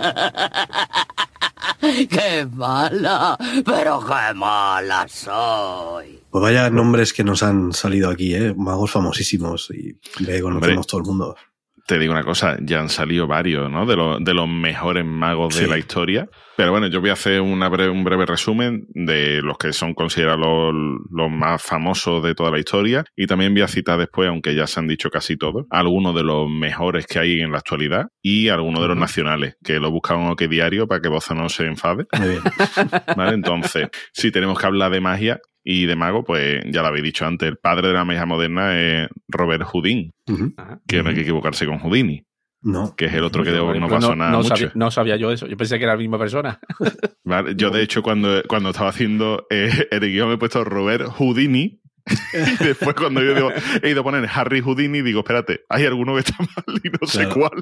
¡Qué mala! ¡Pero qué mala soy!
Pues vaya nombres que nos han salido aquí, ¿eh? Magos famosísimos y que conocemos Hombre. todo el mundo.
Te digo una cosa, ya han salido varios, ¿no? De, lo, de los mejores magos sí. de la historia. Pero bueno, yo voy a hacer una breve, un breve resumen de los que son considerados los, los más famosos de toda la historia. Y también voy a citar después, aunque ya se han dicho casi todos, algunos de los mejores que hay en la actualidad y algunos de los uh-huh. nacionales, que lo buscan en OK Diario para que Boza no se enfade.
Muy bien.
¿Vale? Entonces, si tenemos que hablar de magia y de mago, pues ya lo habéis dicho antes, el padre de la magia moderna es Robert Houdin, uh-huh. que uh-huh. no hay que equivocarse con Houdini.
No.
Que es el otro que
no,
no, no pasó
no,
nada
no
mucho.
Sabía, no sabía yo eso. Yo pensé que era la misma persona.
Vale, yo, de hecho, cuando, cuando estaba haciendo eh, el guión me he puesto Robert Houdini. Y después, cuando yo digo, he ido a poner Harry Houdini, digo, espérate, hay alguno que está mal y no claro. sé cuál.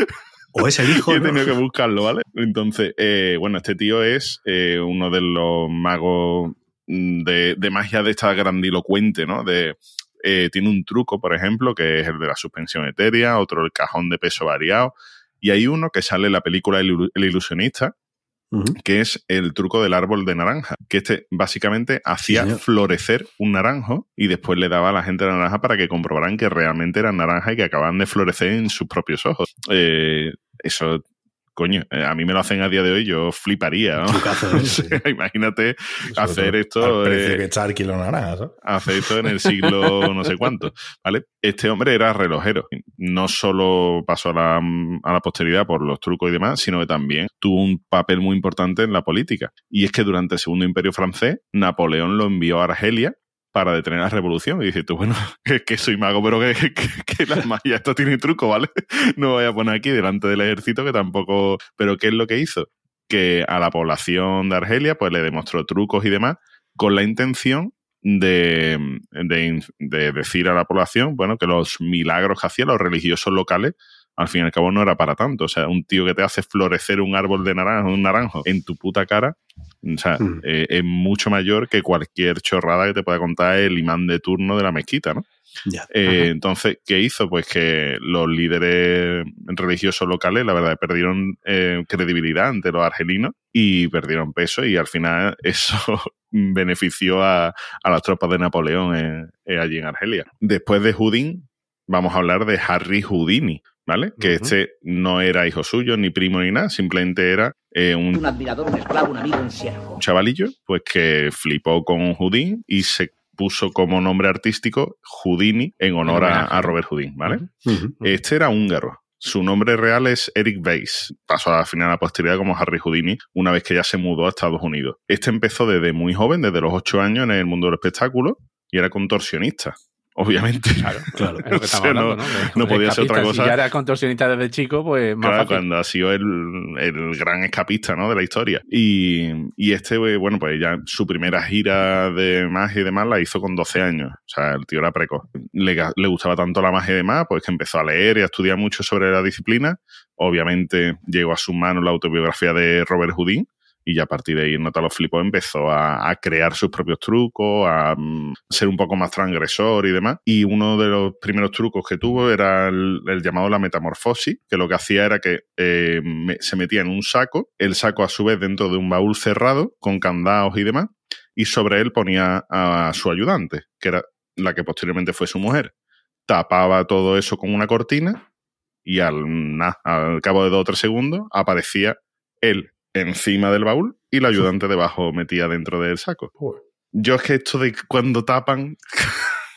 O es el hijo.
Y he
¿no?
tenido que buscarlo, ¿vale? Entonces, eh, bueno, este tío es eh, uno de los magos de, de magia de esta grandilocuente, ¿no? De... Eh, tiene un truco, por ejemplo, que es el de la suspensión etérea, otro el cajón de peso variado, y hay uno que sale en la película El, el ilusionista, uh-huh. que es el truco del árbol de naranja, que este básicamente hacía sí, florecer un naranjo y después le daba a la gente la naranja para que comprobaran que realmente eran naranja y que acababan de florecer en sus propios ojos. Eh, eso... Coño, a mí me lo hacen a día de hoy, yo fliparía, ¿no?
Caso, ¿eh? Sí.
Imagínate hacer esto...
Al precio eh, que está el kilo naranja, ¿no?
Hacer esto en el siglo no sé cuánto, ¿vale? Este hombre era relojero. No solo pasó a la, a la posteridad por los trucos y demás, sino que también tuvo un papel muy importante en la política. Y es que durante el Segundo Imperio francés, Napoleón lo envió a Argelia para detener la revolución. Y dices tú, bueno, que, que soy mago, pero que, que, que la magia, esto tiene truco, ¿vale? No voy a poner aquí delante del ejército que tampoco... Pero ¿qué es lo que hizo? Que a la población de Argelia pues le demostró trucos y demás con la intención de, de, de decir a la población, bueno, que los milagros que hacían los religiosos locales al fin y al cabo no era para tanto. O sea, un tío que te hace florecer un árbol de naranjo, un naranjo en tu puta cara, o sea, mm. eh, es mucho mayor que cualquier chorrada que te pueda contar el imán de turno de la mezquita, ¿no?
Yeah.
Eh, entonces, ¿qué hizo? Pues que los líderes religiosos locales, la verdad, perdieron eh, credibilidad ante los argelinos y perdieron peso, y al final eso benefició a, a las tropas de Napoleón eh, eh, allí en Argelia. Después de Houdin, vamos a hablar de Harry Houdini, ¿vale? Que uh-huh. este no era hijo suyo, ni primo, ni nada, simplemente era eh, un,
un admirador, un esclavo, un amigo, un siervo.
Un chavalillo, pues que flipó con Houdin y se puso como nombre artístico Houdini en honor a, a Robert Houdin, ¿vale? Uh-huh. Uh-huh. Este era húngaro. Su nombre real es Eric Weiss. Pasó al final a la posteridad como Harry Houdini una vez que ya se mudó a Estados Unidos. Este empezó desde muy joven, desde los ocho años en el mundo del espectáculo, y era contorsionista. Obviamente. Claro,
claro. Es lo que estamos hablando, ¿no? De,
no podía ser otra cosa.
Si ya era contorsionista desde chico, pues más
claro,
fácil.
Cuando ha sido el, el gran escapista, ¿no? De la historia. Y, y este, bueno, pues ya su primera gira de magia y demás la hizo con doce años. O sea, el tío era precoz. Le, le gustaba tanto la magia y demás, pues que empezó a leer y a estudiar mucho sobre la disciplina. Obviamente llegó a sus manos la autobiografía de Robert Houdin. Y ya a partir de ahí, nota los flipos, empezó a, a crear sus propios trucos, a um, ser un poco más transgresor y demás. Y uno de los primeros trucos que tuvo era el, el llamado la metamorfosis, que lo que hacía era que eh, me, se metía en un saco, el saco a su vez dentro de un baúl cerrado, con candados y demás, y sobre él ponía a su ayudante, que era la que posteriormente fue su mujer. Tapaba todo eso con una cortina y al, nah, al cabo de dos o tres segundos aparecía él encima del baúl y el ayudante debajo metía dentro del saco. Yo es que esto de cuando tapan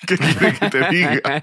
¿Qué quieres que te diga?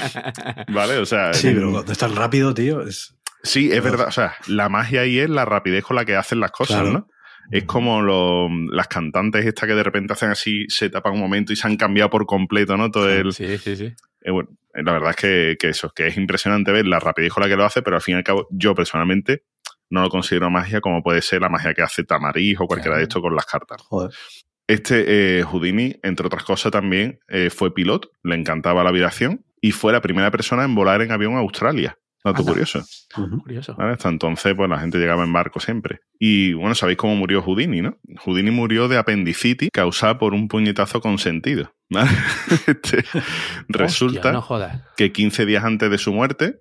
Vale, o sea...
Sí, pero cuando es tan rápido, tío, es...
Sí, es verdad. O sea, la magia ahí es la rapidez con la que hacen las cosas, claro. ¿no? Es como lo, las cantantes estas que de repente hacen así, se tapan un momento y se han cambiado por completo, ¿no? Todo el...
Sí, sí, sí.
Eh, bueno, la verdad es que, que eso, que es impresionante ver la rapidez con la que lo hace, pero al fin y al cabo, yo personalmente no lo considero magia como puede ser la magia que hace Tamariz o cualquiera claro. de esto con las cartas.
Joder.
Este eh, Houdini, entre otras cosas también, eh, fue piloto, le encantaba la aviación y fue la primera persona en volar en avión a Australia. Dato
Anda.
curioso.
Uh-huh. Curioso.
¿Vale? Hasta entonces, pues la gente llegaba en barco siempre. Y bueno, sabéis cómo murió Houdini, ¿no? Houdini murió de apendicitis causada por un puñetazo consentido. ¿Vale? Este, resulta
Hostia, no jodas.
que quince días antes de su muerte,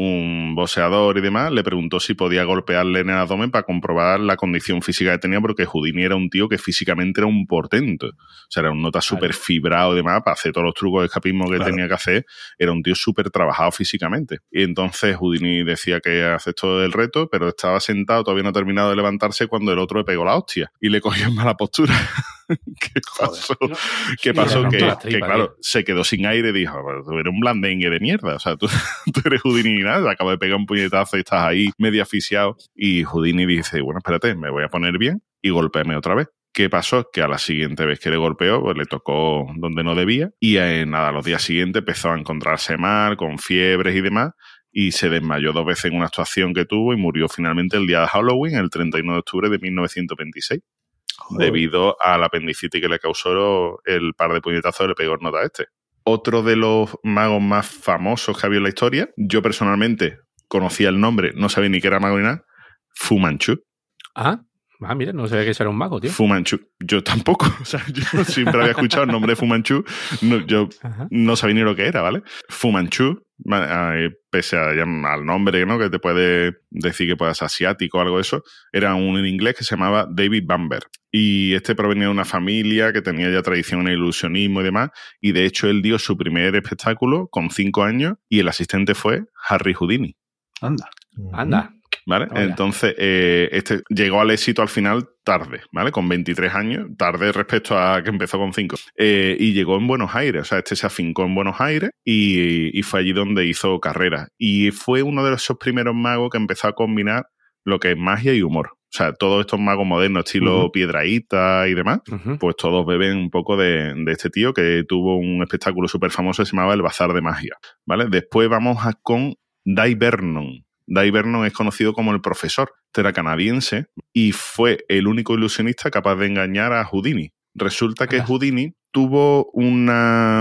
un boxeador y demás le preguntó si podía golpearle en el abdomen para comprobar la condición física que tenía, porque Houdini era un tío que físicamente era un portento. O sea, era un nota súper
Vale.
fibrado y demás, para hacer todos los trucos de escapismo que
Claro.
tenía que hacer. Era un tío súper trabajado físicamente. Y entonces Houdini decía que aceptó el reto, pero estaba sentado, todavía no ha terminado de levantarse, cuando el otro le pegó la hostia y le cogió en mala postura. ¿Qué pasó?
Joder.
¿Qué
Sí,
pasó?
le
Que,
rompió la
que,
tripa,
claro,
tío.
se quedó sin aire y dijo, "Pero tú eres un blandengue de mierda, o sea, tú, tú eres Houdini ni nada, te acabo de pegar un puñetazo y estás ahí medio asfixiado". Y Houdini dice, bueno, espérate, me voy a poner bien y golpéame otra vez. ¿Qué pasó? Que a la siguiente vez que le golpeó, pues le tocó donde no debía y eh, nada, los días siguientes empezó a encontrarse mal, con fiebres y demás, y se desmayó dos veces en una actuación que tuvo y murió finalmente el día de Halloween, el treinta y uno de octubre de mil novecientos veintiséis.
Joder.
Debido a la apendicitis que le causó el par de puñetazos que le pegó el nota este. Otro de los magos más famosos que había en la historia, yo personalmente conocía el nombre, no sabía ni que era mago ni nada, Fu Manchu.
Ah, ah, mira, no sabía que eso era un mago, tío.
Fu Manchu. Yo tampoco. O sea, yo siempre había escuchado el nombre de Fu Manchu. No, yo
Ajá.
no sabía ni lo que era, ¿vale? Fu Manchu, eh, pese a, al nombre, ¿no? Que te puede decir que puede ser asiático o algo de eso, era un en inglés que se llamaba David Bamber. Y este provenía de una familia que tenía ya tradición en el ilusionismo y demás. Y de hecho, él dio su primer espectáculo con cinco años y el asistente fue Harry Houdini.
Anda.
Anda.
¿Vale?
Hola.
Entonces, eh, este llegó al éxito al final tarde, ¿vale? Con veintitrés años, tarde respecto a que empezó con cinco. Eh, y llegó en Buenos Aires, o sea, este se afincó en Buenos Aires y, y fue allí donde hizo carrera. Y fue uno de esos primeros magos que empezó a combinar lo que es magia y humor. O sea, todos estos magos modernos, estilo
Uh-huh.
Piedrahíta y demás,
Ujú.
pues todos beben un poco de, de este tío que tuvo un espectáculo súper famoso que se llamaba El Bazar de Magia, ¿vale? Después vamos a, con Dai Vernon. Dai Vernon es conocido como el profesor, este era canadiense y fue el único ilusionista capaz de engañar a Houdini. Resulta que
Anda.
Houdini tuvo una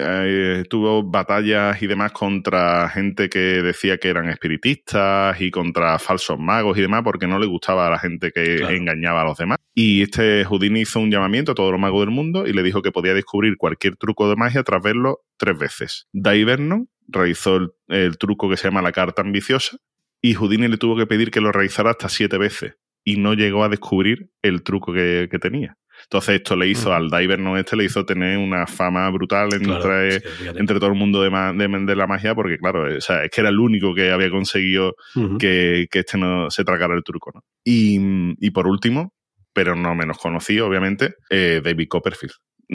eh, tuvo batallas y demás contra gente que decía que eran espiritistas y contra falsos magos y demás, porque no le gustaba a la gente que
Claro.
engañaba a los demás. Y este Houdini hizo un llamamiento a todos los magos del mundo y le dijo que podía descubrir cualquier truco de magia tras verlo tres veces. Dai Vernon realizó el, el truco que se llama la carta ambiciosa y Houdini le tuvo que pedir que lo realizara hasta siete veces y no llegó a descubrir el truco que, que tenía. Entonces esto le hizo,
Mm.
al Dai Vernon este le hizo tener una fama brutal entre,
Claro, sí, fíjate.
entre todo el mundo de, ma- de, de la magia, porque claro, o sea, es que era el único que había conseguido
Ujú.
que, que este no se tragara el truco, ¿no? Y, y por último, pero no menos conocido, obviamente, eh, David Copperfield.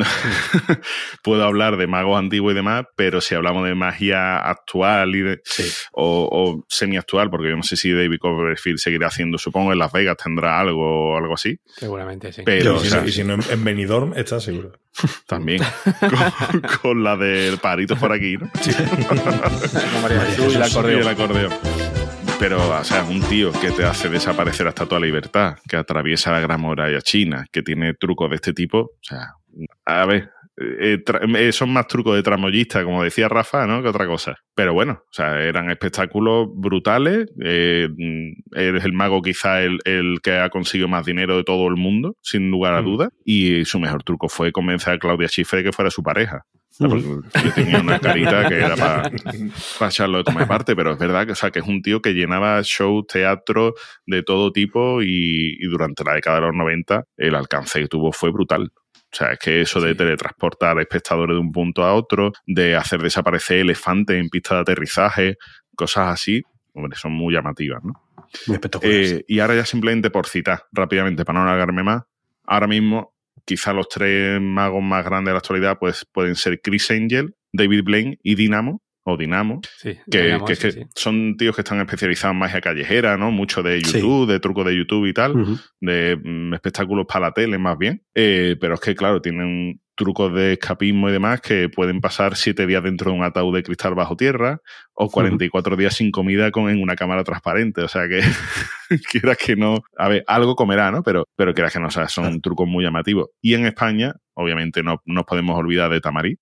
Puedo hablar de magos antiguos y demás, pero si hablamos de magia actual y de,
Sí.
o, o semi-actual, porque yo no sé si David Copperfield seguirá haciendo, supongo en Las Vegas tendrá algo o algo así,
Seguramente, sí.
pero
y,
o
si
sea,
no, y si no, en, en Benidorm está seguro.
también con, con la del paritos por aquí, ¿no?
Con María Jesús y el
Y
acordeón.
el acordeón. Pero, o sea, un tío que te hace desaparecer hasta toda libertad, que atraviesa la Gran Muralla China, que tiene trucos de este tipo, o sea, a ver, eh, tra- eh, son más trucos de tramoyista, como decía Rafa, ¿no? Que otra cosa. Pero bueno, o sea, eran espectáculos brutales. Eh, eres el mago quizá el, el que ha conseguido más dinero de todo el mundo, sin lugar a
Mm.
dudas. Y su mejor truco fue convencer a Claudia Schiffer de que fuera su pareja. O sea, porque yo tenía una carita que era para pa echarlo de tomar parte, pero es verdad que, o sea, que es un tío que llenaba shows, teatro de todo tipo y, y durante la década de los noventa el alcance que tuvo fue brutal. O sea, es que eso de
Sí.
teletransportar a espectadores de un punto a otro, de hacer desaparecer elefantes en pistas de aterrizaje, cosas así, hombre, son muy llamativas, ¿no?
Muy espectacular.
Eh, y ahora ya simplemente por citar rápidamente, para no alargarme más, ahora mismo quizá los tres magos más grandes de la actualidad pues pueden ser Chris Angel, David Blaine y Dynamo, o Dinamo,
Sí,
que,
Dinamo,
que,
sí,
que
sí.
son tíos que están especializados en magia callejera, ¿no? Mucho de YouTube, sí. de trucos de YouTube y tal,
Ujú.
de mm, espectáculos para la tele más bien. Eh, pero es que, claro, tienen trucos de escapismo y demás que pueden pasar siete días dentro de un ataúd de cristal bajo tierra o cuarenta y cuatro uh-huh. días sin comida con, en una cámara transparente. O sea que, quieras que no... A ver, algo comerá, ¿no? Pero, pero quieras que no, o sea, son trucos muy llamativos. Y en España, obviamente, no nos podemos olvidar de Tamarí.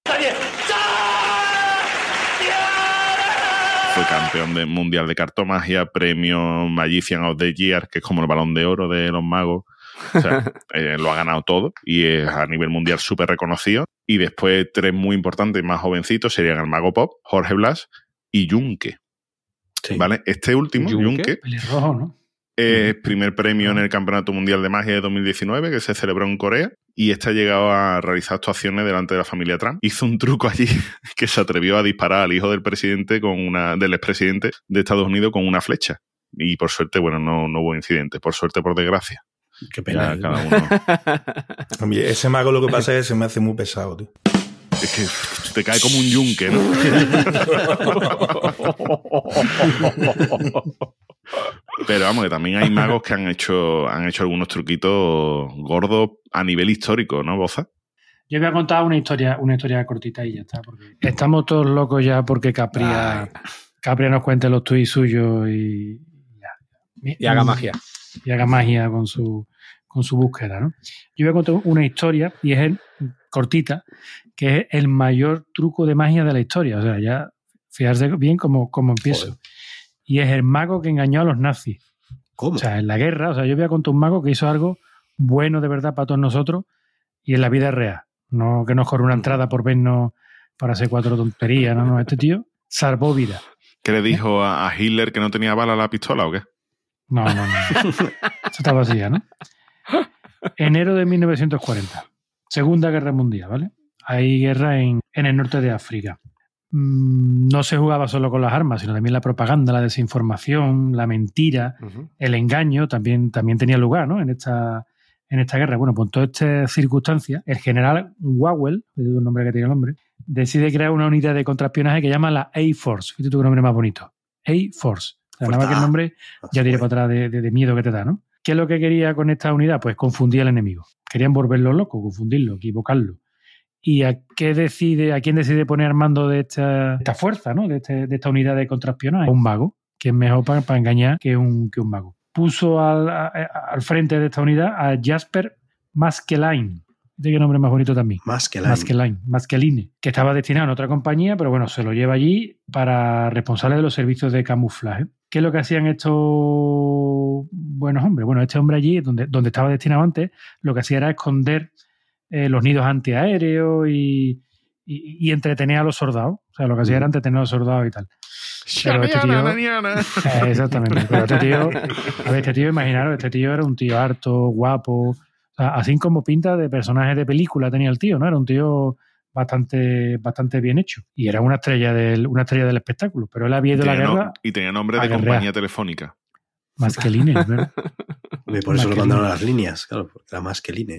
Fue campeón de, mundial de cartomagia, premio Magician of the Year, que es como el balón de oro de los magos. O sea, eh, lo ha ganado todo y es a nivel mundial súper reconocido. Y después tres muy importantes, más jovencitos, serían el Mago Pop, Jorge Blas y Yunque. Sí. ¿Vale? Este último, Yunque,
pelirrojo, ¿no?
Es primer premio en el Campeonato Mundial de Magia de dos mil diecinueve, que se celebró en Corea, y este ha llegado a realizar actuaciones delante de la familia Trump. Hizo un truco allí que se atrevió a disparar al hijo del presidente, con una del expresidente de Estados Unidos, con una flecha. Y por suerte, bueno, no, no hubo incidentes. Por suerte, por desgracia.
Qué pena.
Ya, cada uno.
A mí ese mago lo que pasa es que se me hace muy pesado, tío.
Es que te cae como un yunque, ¿no? Pero vamos, que también hay magos que han hecho, han hecho algunos truquitos gordos a nivel histórico, ¿no, Boza?
Yo voy a contar una historia, una historia cortita y ya está. Porque estamos todos locos ya porque Capria, Capria nos cuente los tuits suyos y,
y, y haga magia.
Y haga magia con su, con su búsqueda, ¿no? Yo voy a contar una historia, y es el, cortita, que es el mayor truco de magia de la historia. O sea, ya fijarse bien cómo, cómo empiezo. Joder. Y es el mago que engañó a los nazis.
¿Cómo?
O sea, en la guerra, o sea, yo voy a contar un mago que hizo algo bueno de verdad para todos nosotros y en la vida real. No que nos corre una entrada por vernos para hacer cuatro tonterías, no, no. Este tío salvó vida.
¿Qué le dijo ¿Eh? a Hitler que no tenía bala a la pistola o qué?
No, no, no. Eso está vacía, ¿no? Enero de mil novecientos cuarenta. Segunda Guerra Mundial, ¿vale? Hay guerra en, en el norte de África. Mm, no se jugaba solo con las armas, sino también la propaganda, la desinformación, la mentira, uh-huh. el engaño también, también tenía lugar, ¿no? En esta, en esta guerra. Bueno, pues en todas estas circunstancias, el general Wawel, un nombre que tiene el nombre, decide crear una unidad de contraespionaje que llama la A-Force. Fíjate tú qué nombre más bonito. A-Force. O sea, nada más que el nombre ya diré para atrás de, de, de miedo que te da, ¿no? ¿Qué es lo que quería con esta unidad? Pues confundir al enemigo. Querían volverlo loco, confundirlo, equivocarlo. ¿Y a qué decide, a quién decide poner al mando de esta, esta fuerza, ¿no? De, este, de esta unidad de contraespionaje? Un mago, que es mejor para, para engañar que un, que un mago. Puso al, a, al frente de esta unidad a Jasper Maskelyne. ¿De qué nombre más bonito también?
Maskelyne.
Maskelyne. Maskeline, que estaba destinado a otra compañía, pero bueno, se lo lleva allí para responsable de los servicios de camuflaje. ¿Qué es lo que hacían estos buenos hombres? Bueno, este hombre allí, donde, donde estaba destinado antes, lo que hacía era esconder eh, los nidos antiaéreos y, y, y entretener a los soldados. O sea, lo que hacía era entretener a los soldados y tal. Pero este tío, eh, exactamente. Pero este tío, a ver, este tío, imaginaros, este tío era un tío harto, guapo, o sea, así como pinta de personaje de película tenía el tío, ¿no? Era un tío bastante, bastante bien hecho. Y era una estrella del, una estrella del espectáculo. Pero él había ido a la guerra.
No, y tenía nombre de compañía telefónica.
Maskeline, ¿verdad?
Por eso lo mandaron a las líneas, claro, porque era Maskeline.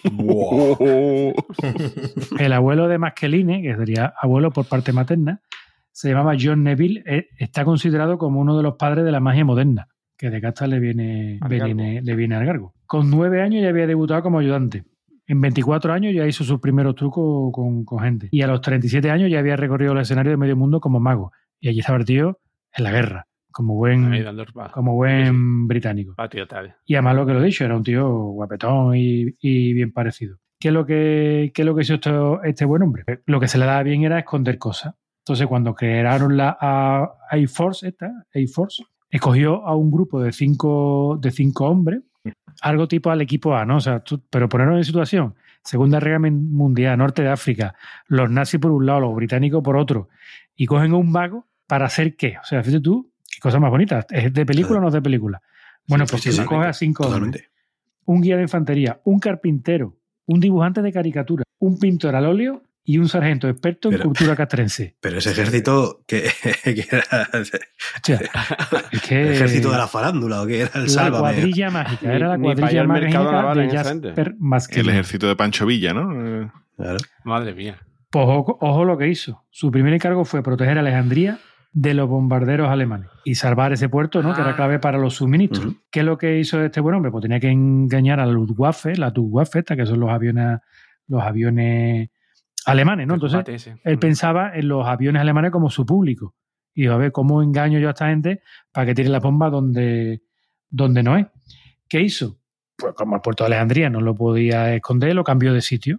Wow.
El abuelo de Maskeline, que sería abuelo por parte materna, se llamaba John Neville, está considerado como uno de los padres de la magia moderna, que de casta le viene, viene, le viene al gargo. Con nueve años ya había debutado como ayudante. En veinticuatro años ya hizo sus primeros trucos con, con gente. Y a los treinta y siete años ya había recorrido el escenario de medio mundo como mago. Y allí estaba el tío en la guerra, como buen, como buen británico. Y además lo que lo he dicho, era un tío guapetón y, y bien parecido. ¿Qué es lo que, qué es lo que hizo este, este buen hombre? Lo que se le daba bien era esconder cosas. Entonces, cuando crearon la A-Force, esta, A-Force, escogió a un grupo de cinco, de cinco hombres, algo tipo al equipo A, ¿no? O sea, tú, pero ponernos en situación, Segunda Guerra Mundial, Norte de África, los nazis por un lado, los británicos por otro, y cogen a un mago para hacer ¿qué? O sea, fíjate tú, qué cosa más bonita. ¿Es de película o no es de película? Bueno, sí, pues sí, si sí, coge a cinco hombres, un guía de infantería, un carpintero, un dibujante de caricatura, un pintor al óleo y un sargento experto pero, en cultura castrense.
Pero ese ejército que, que era... O sea, es que, ¿el ejército de la farándula o qué era? El
la
Sálvame.
Cuadrilla mágica. Era la cuadrilla mágica de Jasper Maskelyne.
El ejército de Pancho Villa, ¿no?
Claro. Madre mía.
Pues ojo, ojo lo que hizo. Su primer encargo fue proteger a Alejandría de los bombarderos alemanes y salvar ese puerto, ¿no? Ah. Que era clave para los suministros. Uh-huh. ¿Qué es lo que hizo este buen hombre? Pues tenía que engañar a la Luftwaffe, la Luftwaffe esta, que son los aviones, los aviones alemanes, ¿no? Entonces, él pensaba en los aviones alemanes como su público. Y dijo, a ver, ¿cómo engaño yo a esta gente para que tire la bomba donde, donde no es? ¿Qué hizo? Pues como el puerto de Alejandría no lo podía esconder, lo cambió de sitio.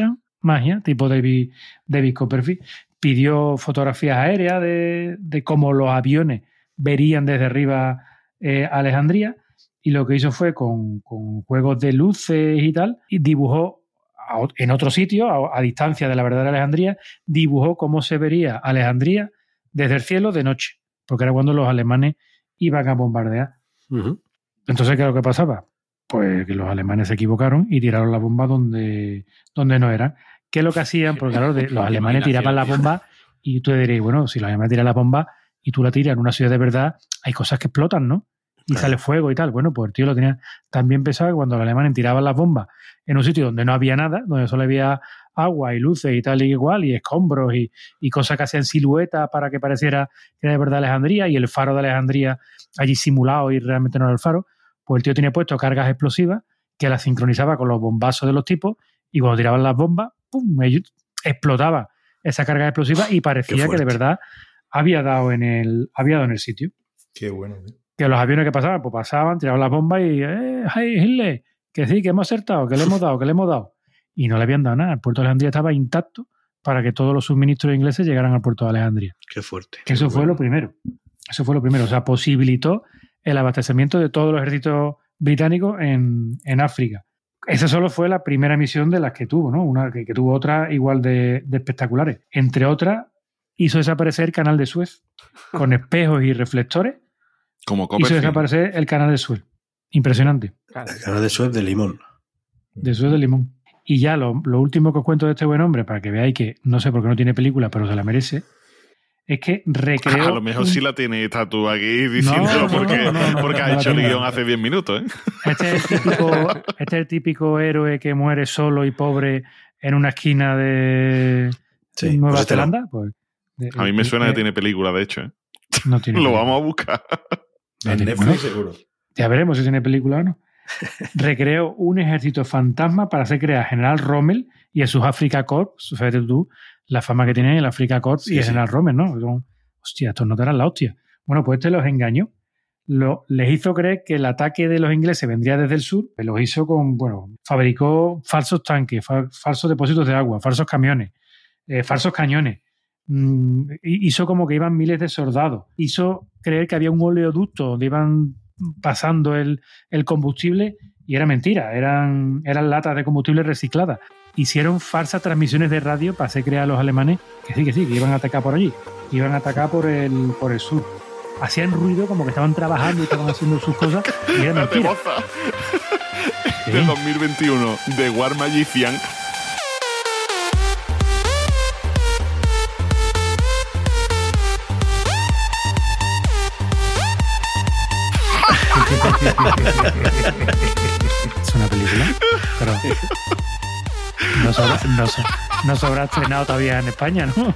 Magia, tipo David, David Copperfield. Pidió fotografías aéreas de, de cómo los aviones verían desde arriba eh, Alejandría, y lo que hizo fue con, con juegos de luces y tal, y dibujó a, en otro sitio, a, a distancia de la verdadera Alejandría, dibujó cómo se vería Alejandría desde el cielo de noche, porque era cuando los alemanes iban a bombardear. Uh-huh. Entonces, ¿qué es lo que pasaba? Pues que los alemanes se equivocaron y tiraron la bomba donde, donde no eran. ¿Qué es lo que hacían? Porque claro, de, los alemanes tiraban la bomba y tú te diréis, bueno, si los alemanes tiran la bomba y tú la tiras en una ciudad de verdad, hay cosas que explotan, ¿no? Y claro, sale fuego y tal. Bueno, pues el tío lo tenía también pensado que cuando los alemanes tiraban las bombas en un sitio donde no había nada, donde solo había agua y luces y tal y igual, y escombros y, y cosas que hacían silueta para que pareciera que era de verdad Alejandría, y el faro de Alejandría allí simulado y realmente no era el faro, pues el tío tenía puesto cargas explosivas que las sincronizaba con los bombazos de los tipos, y cuando tiraban las bombas, ¡pum!, explotaba esa carga explosiva y parecía que de verdad había dado en el, había dado en el sitio.
Qué bueno, tío.
Que los aviones que pasaban, pues pasaban, tiraban las bombas y ¡eh, hey, Hitler! Que sí, que hemos acertado, que le hemos dado, que le hemos dado. Y no le habían dado nada. El puerto de Alejandría estaba intacto para que todos los suministros ingleses llegaran al puerto de Alejandría.
Qué fuerte.
Que eso
qué
fue
bueno.
lo primero. Eso fue lo primero. O sea, posibilitó el abastecimiento de todos los ejércitos británicos en, en África. Esa solo fue la primera misión de las que tuvo, ¿no? Una que, que tuvo otras igual de, de espectaculares. Entre otras, hizo desaparecer el canal de Suez con espejos y reflectores.
Como Copperfield.
Hizo desaparecer el canal de Suez. Impresionante.
El canal de Suez de Limón.
De Suez de Limón. Y ya lo, lo último que os cuento de este buen hombre, para que veáis que no sé por qué no tiene película, pero se la merece, es que recreó...
A lo mejor
un...
sí la tiene, está tú aquí diciéndolo
no,
porque,
no, no, no,
porque
no,
ha
no
hecho el
tiene.
guión hace diez minutos, ¿eh?
Este es, el típico, este es el típico héroe que muere solo y pobre en una esquina de
sí,
Nueva
pues
Zelanda. Pues, de,
a mí me suena
de,
que tiene película, de hecho, ¿eh?
No tiene
Lo
película.
vamos a buscar.
En Netflix
bueno,
seguro.
Ya veremos si tiene película o no. Recreó un ejército fantasma para hacer crear a General Rommel y a sus Africa Corps. Fíjate tú la fama que tiene el Africa Corps sí, y el sí. General Rommel, ¿no? Son, hostia, estos no te eran la hostia. Bueno, pues este los engañó. Lo, les hizo creer que el ataque de los ingleses vendría desde el sur. Los hizo con, bueno, fabricó falsos tanques, fa, falsos depósitos de agua, falsos camiones, eh, falsos cañones. Mm, hizo como que iban miles de soldados. Hizo creer que había un oleoducto donde iban pasando el, el combustible, y era mentira, eran, eran latas de combustible recicladas. Hicieron falsas transmisiones de radio para hacer creer a los alemanes que sí, que sí, que iban a atacar por allí, que iban a atacar por el, por el sur. Hacían ruido como que estaban trabajando y estaban haciendo sus cosas, y era mentira.
¿Sí? De dos mil veintiuno, The War Magician.
Es una película, pero no se habrá, no se, no se habrá estrenado todavía en España, ¿no?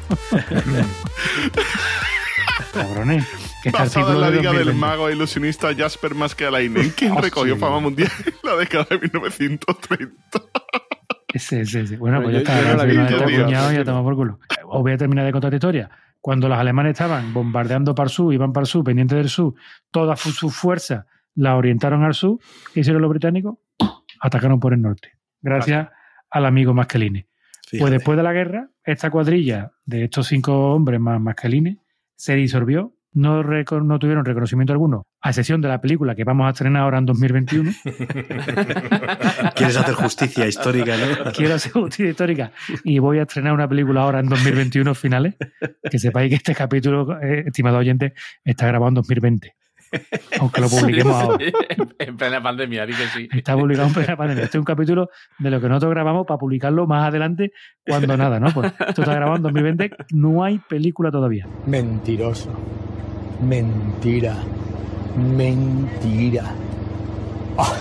Cabrones. Que este
basada en la
de
Liga
dos mil veinte.
del mago e ilusionista Jasper Maskelyne, quien
oh,
recogió
sí.
fama mundial en la década de mil novecientos treinta.
Ese, ese, ese. Bueno,
Pero
pues ya
yo,
está.
yo no la
Si
vi,
no
tío,
está
tío,
cuñado,
tío.
ya toma por culo. Os voy a terminar de contar esta historia. Cuando los alemanes estaban bombardeando para el sur, iban para el sur, pendientes del sur, toda su fuerza la orientaron al sur. ¿Qué hicieron los británicos? Atacaron por el norte. Gracias vale. al amigo Maskelyne. Pues después de la guerra, esta cuadrilla de estos cinco hombres más Maskelyne se disolvió. No, reco- no tuvieron reconocimiento alguno, a excepción de la película que vamos a estrenar ahora en dos mil veintiuno.
¿Quieres hacer justicia histórica, no?
Quiero hacer justicia histórica y voy a estrenar una película ahora en dos mil veintiuno finales. Que sepáis que este capítulo, eh, estimado oyente, está grabado en dos mil veinte. Aunque lo publiquemos
sí,
ahora.
Sí, en plena pandemia, di que sí.
Está publicado en plena pandemia. Este es un capítulo de lo que nosotros grabamos para publicarlo más adelante cuando nada, ¿no? Pues esto está grabado en dos mil veinte, no hay película todavía.
Mentiroso. Mentira. Mentira. Oh,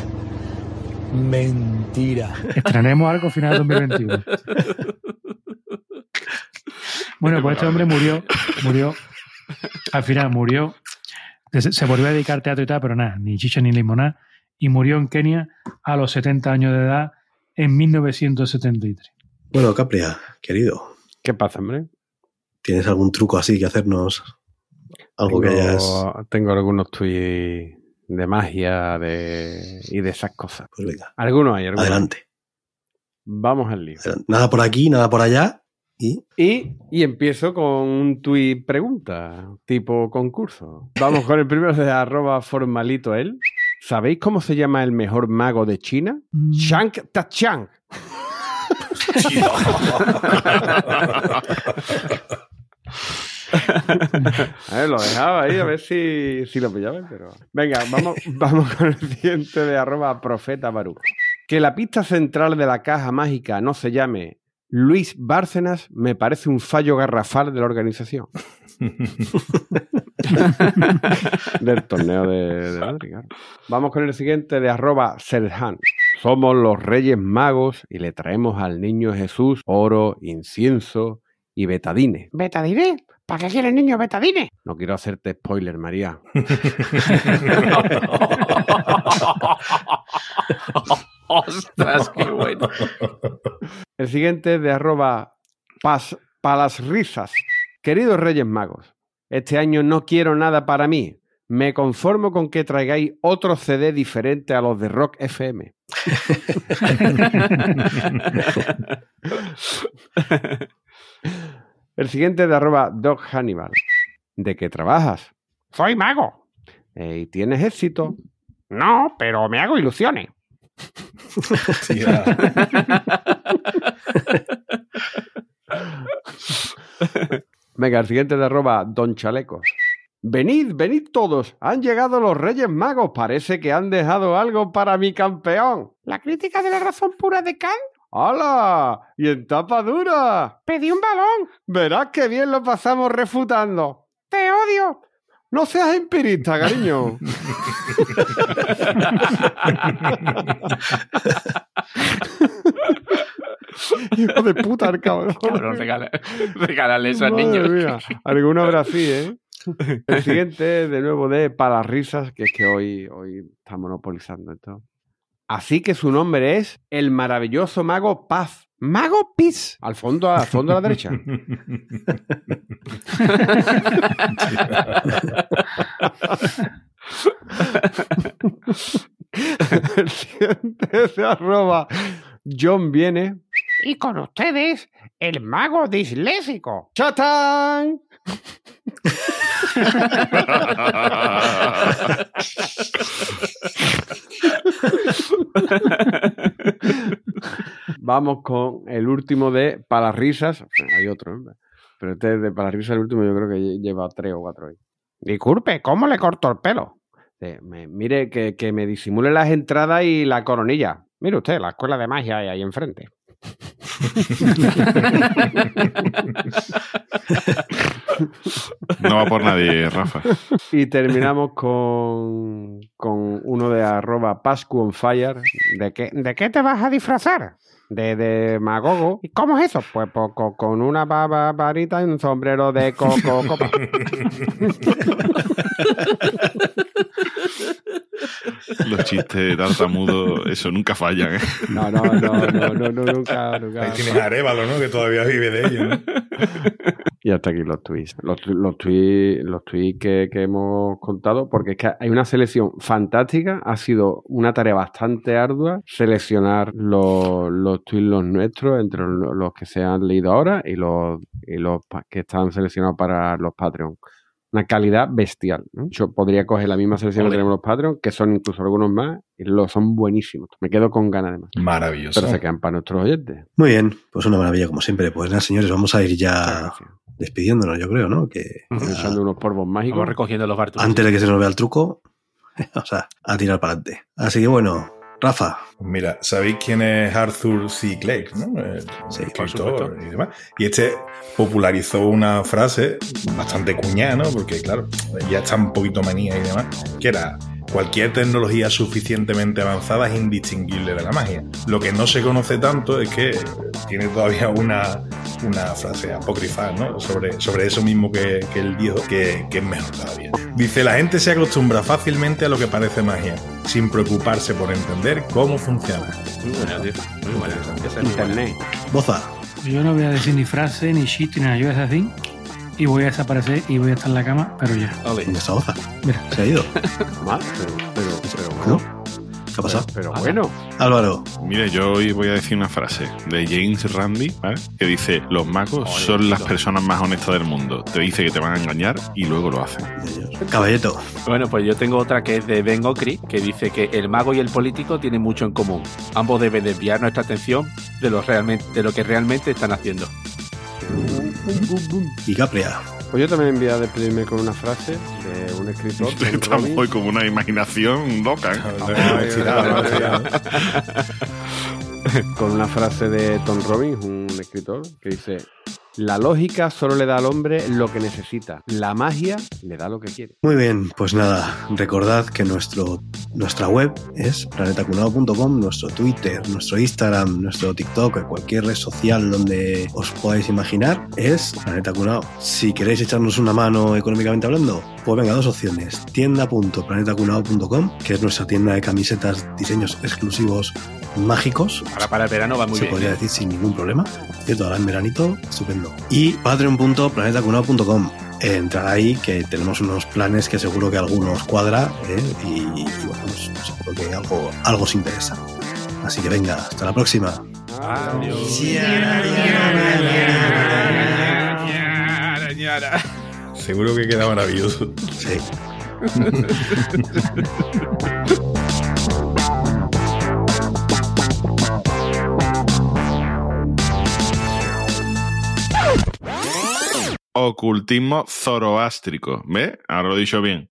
mentira.
Estrenaremos algo a finales de dos mil veintiuno. Bueno, pues este hombre murió, murió, al final murió, se, se volvió a dedicar al teatro y tal, pero nada, ni chicha ni limonada, y murió en Kenia a los setenta años de edad en mil novecientos setenta y tres.
Bueno, Capria, querido.
¿Qué pasa, hombre?
¿Tienes algún truco así que hacernos? Algo
tengo,
que hayas...
Tengo algunos tweets de magia de, y de esas cosas.
Pues venga.
Algunos hay, algunos.
Adelante.
Vamos al lío.
Adelante. Nada por aquí, nada por allá. Y...
y y empiezo con un tuit pregunta, tipo concurso. Vamos con el primero de arroba formalito él. ¿Sabéis cómo se llama el mejor mago de China? Mm. Shang Tachang. A ver, lo dejaba ahí a ver si, si lo pillaban, pero... Venga, vamos, vamos con el siguiente de arroba profeta Barú. Que la pista central de la caja mágica no se llame Luis Bárcenas me parece un fallo garrafal de la organización. Del torneo de, de Madrid, claro. Vamos con el siguiente de arroba Serhan. Somos los Reyes Magos y le traemos al niño Jesús oro, incienso y betadine. ¿Betadine? ¿Para qué quiere el niño betadine? No quiero hacerte spoiler, María.
¡Ostras, qué bueno!
El siguiente de arroba pas, palas risas. Queridos Reyes Magos, este año no quiero nada para mí. Me conformo con que traigáis otro C D diferente a los de Rock F M. El siguiente de arroba Doc Hannibal. ¿De qué trabajas? Soy mago. ¿Y tienes éxito? No, pero me hago ilusiones. Venga, el siguiente de arroba Don Chalecos. Venid, venid todos. Han llegado los Reyes Magos. Parece que han dejado algo para mi campeón. ¿La crítica de la razón pura de Kant? ¡Hala! ¡Y en tapa dura! ¡Pedí un balón! Verás que bien lo pasamos refutando. ¡Te odio! No seas empirista, cariño. Hijo de puta, el cabrón.
Cabrón, regala, regálale eso al niño.
Mía. Alguno habrá así, ¿eh? El siguiente, de nuevo, de para las risas, que es que hoy, hoy está monopolizando esto. Así que su nombre es el maravilloso mago Paz. Mago Piz. Al fondo, al fondo a la derecha. El siguiente se arroba John viene. Y con ustedes, el mago disléxico. ¡Chatán! Vamos con el último de para las risas. Hay otro, ¿eh? Pero este de para las risas, el último, yo creo que lleva tres o cuatro ahí. Disculpe, ¿cómo le corto el pelo? Eh, me, mire, que, que me disimule las entradas y la coronilla. Mire usted, la escuela de magia hay ahí enfrente.
No va por nadie, Rafa.
Y terminamos con, con uno de arroba Pascu on Fire. ¿De qué, ¿De qué te vas a disfrazar? De, de magogo. ¿Y cómo es eso? Pues, pues con, con una varita y un sombrero de coco copa.
Los chistes tartamudos, eso nunca fallan, ¿eh?
No, no, no, no, no, no nunca, nunca.
Ahí tienes a Arévalo, ¿no? Que todavía vive de ello, ¿no?
Y hasta aquí los tweets. Los, los tweets, los tweets que, que hemos contado, porque es que hay una selección fantástica. Ha sido una tarea bastante ardua seleccionar los, los tweets los nuestros entre los, los que se han leído ahora y los, y los que están seleccionados para los Patreon. Una calidad bestial, ¿no? Yo podría coger la misma selección Olé. que tenemos los Patreon, que son incluso algunos más, y los son buenísimos. Me quedo con ganas de más.
Maravilloso.
Pero se quedan para nuestros oyentes.
Muy bien, pues una maravilla como siempre. Pues nada, señores, vamos a ir ya despidiéndonos, yo creo, ¿no? Que
echando ya... unos polvos mágicos.
Vamos recogiendo los barcos.
Antes de que se nos vea el truco, o sea, a tirar para adelante. Así que bueno, Rafa.
Mira, ¿sabéis quién es Arthur C. Clarke, ¿no? El
sí,
escritor y demás. Y este popularizó una frase bastante cuñada, ¿no? Porque, claro, ya está un poquito manía y demás, que era cualquier tecnología suficientemente avanzada es indistinguible de la magia. Lo que no se conoce tanto es que tiene todavía una, una frase apócrifa, ¿no? sobre, sobre eso mismo que, que él dijo, que, que es mejor todavía. Dice, la gente se acostumbra fácilmente a lo que parece magia, sin preocuparse por entender cómo funciona.
Muy buena, tío. Muy buena. Esa es muy buena.
Internet.
Boza.
Yo no voy a decir ni frase, ni shit, ni nada. Yo voy a decir así y voy a desaparecer y voy a estar en la cama, pero ya.
Ole.
¿Dónde está Boza?
Mira.
Se ha ido.
Mal, pero, pero, pero
¿No?
bueno.
¿Qué ha pasado?
Pero bueno.
Álvaro.
Mire, yo hoy voy a decir una frase de James Randi, ¿vale? Que dice, los magos
Oye,
son las
tío.
personas más honestas del mundo. Te dice que te van a engañar y luego lo hacen.
Caballeto.
Bueno, pues yo tengo otra que es de Ben Okri, que dice que el mago y el político tienen mucho en común. Ambos deben desviar nuestra atención de lo, realmente, de lo que realmente están haciendo.
Y Capria.
Pues yo también voy a despedirme con una frase de un escritor. Tom
Estamos
Robbins.
hoy como una imaginación loca, ¿eh?
Con una frase de Tom Robbins, un escritor, que dice: la lógica solo le da al hombre lo que necesita, la magia le da lo que quiere.
Muy bien, pues nada, recordad que nuestro, nuestra web es planeta cunao punto com, nuestro Twitter, nuestro Instagram, nuestro TikTok, cualquier red social donde os podáis imaginar es Planeta Cunao. Si queréis echarnos una mano económicamente hablando, pues venga, dos opciones. tienda punto planeta cunao punto com, que es nuestra tienda de camisetas, diseños exclusivos mágicos.
Ahora para el verano va muy
Se
bien.
podría
¿eh?
decir sin ningún problema. Cierto, ahora en veranito, estupendo. Y patreon punto planeta cunao punto com. Eh, entrar ahí, que tenemos unos planes que seguro que algunos cuadra, ¿eh? y, y bueno, pues, seguro que algo, algo os interesa. Así que venga, hasta la próxima.
Adiós.
Seguro que queda maravilloso.
Sí.
Ocultismo zoroástrico. ¿Ves? Ahora lo he dicho bien.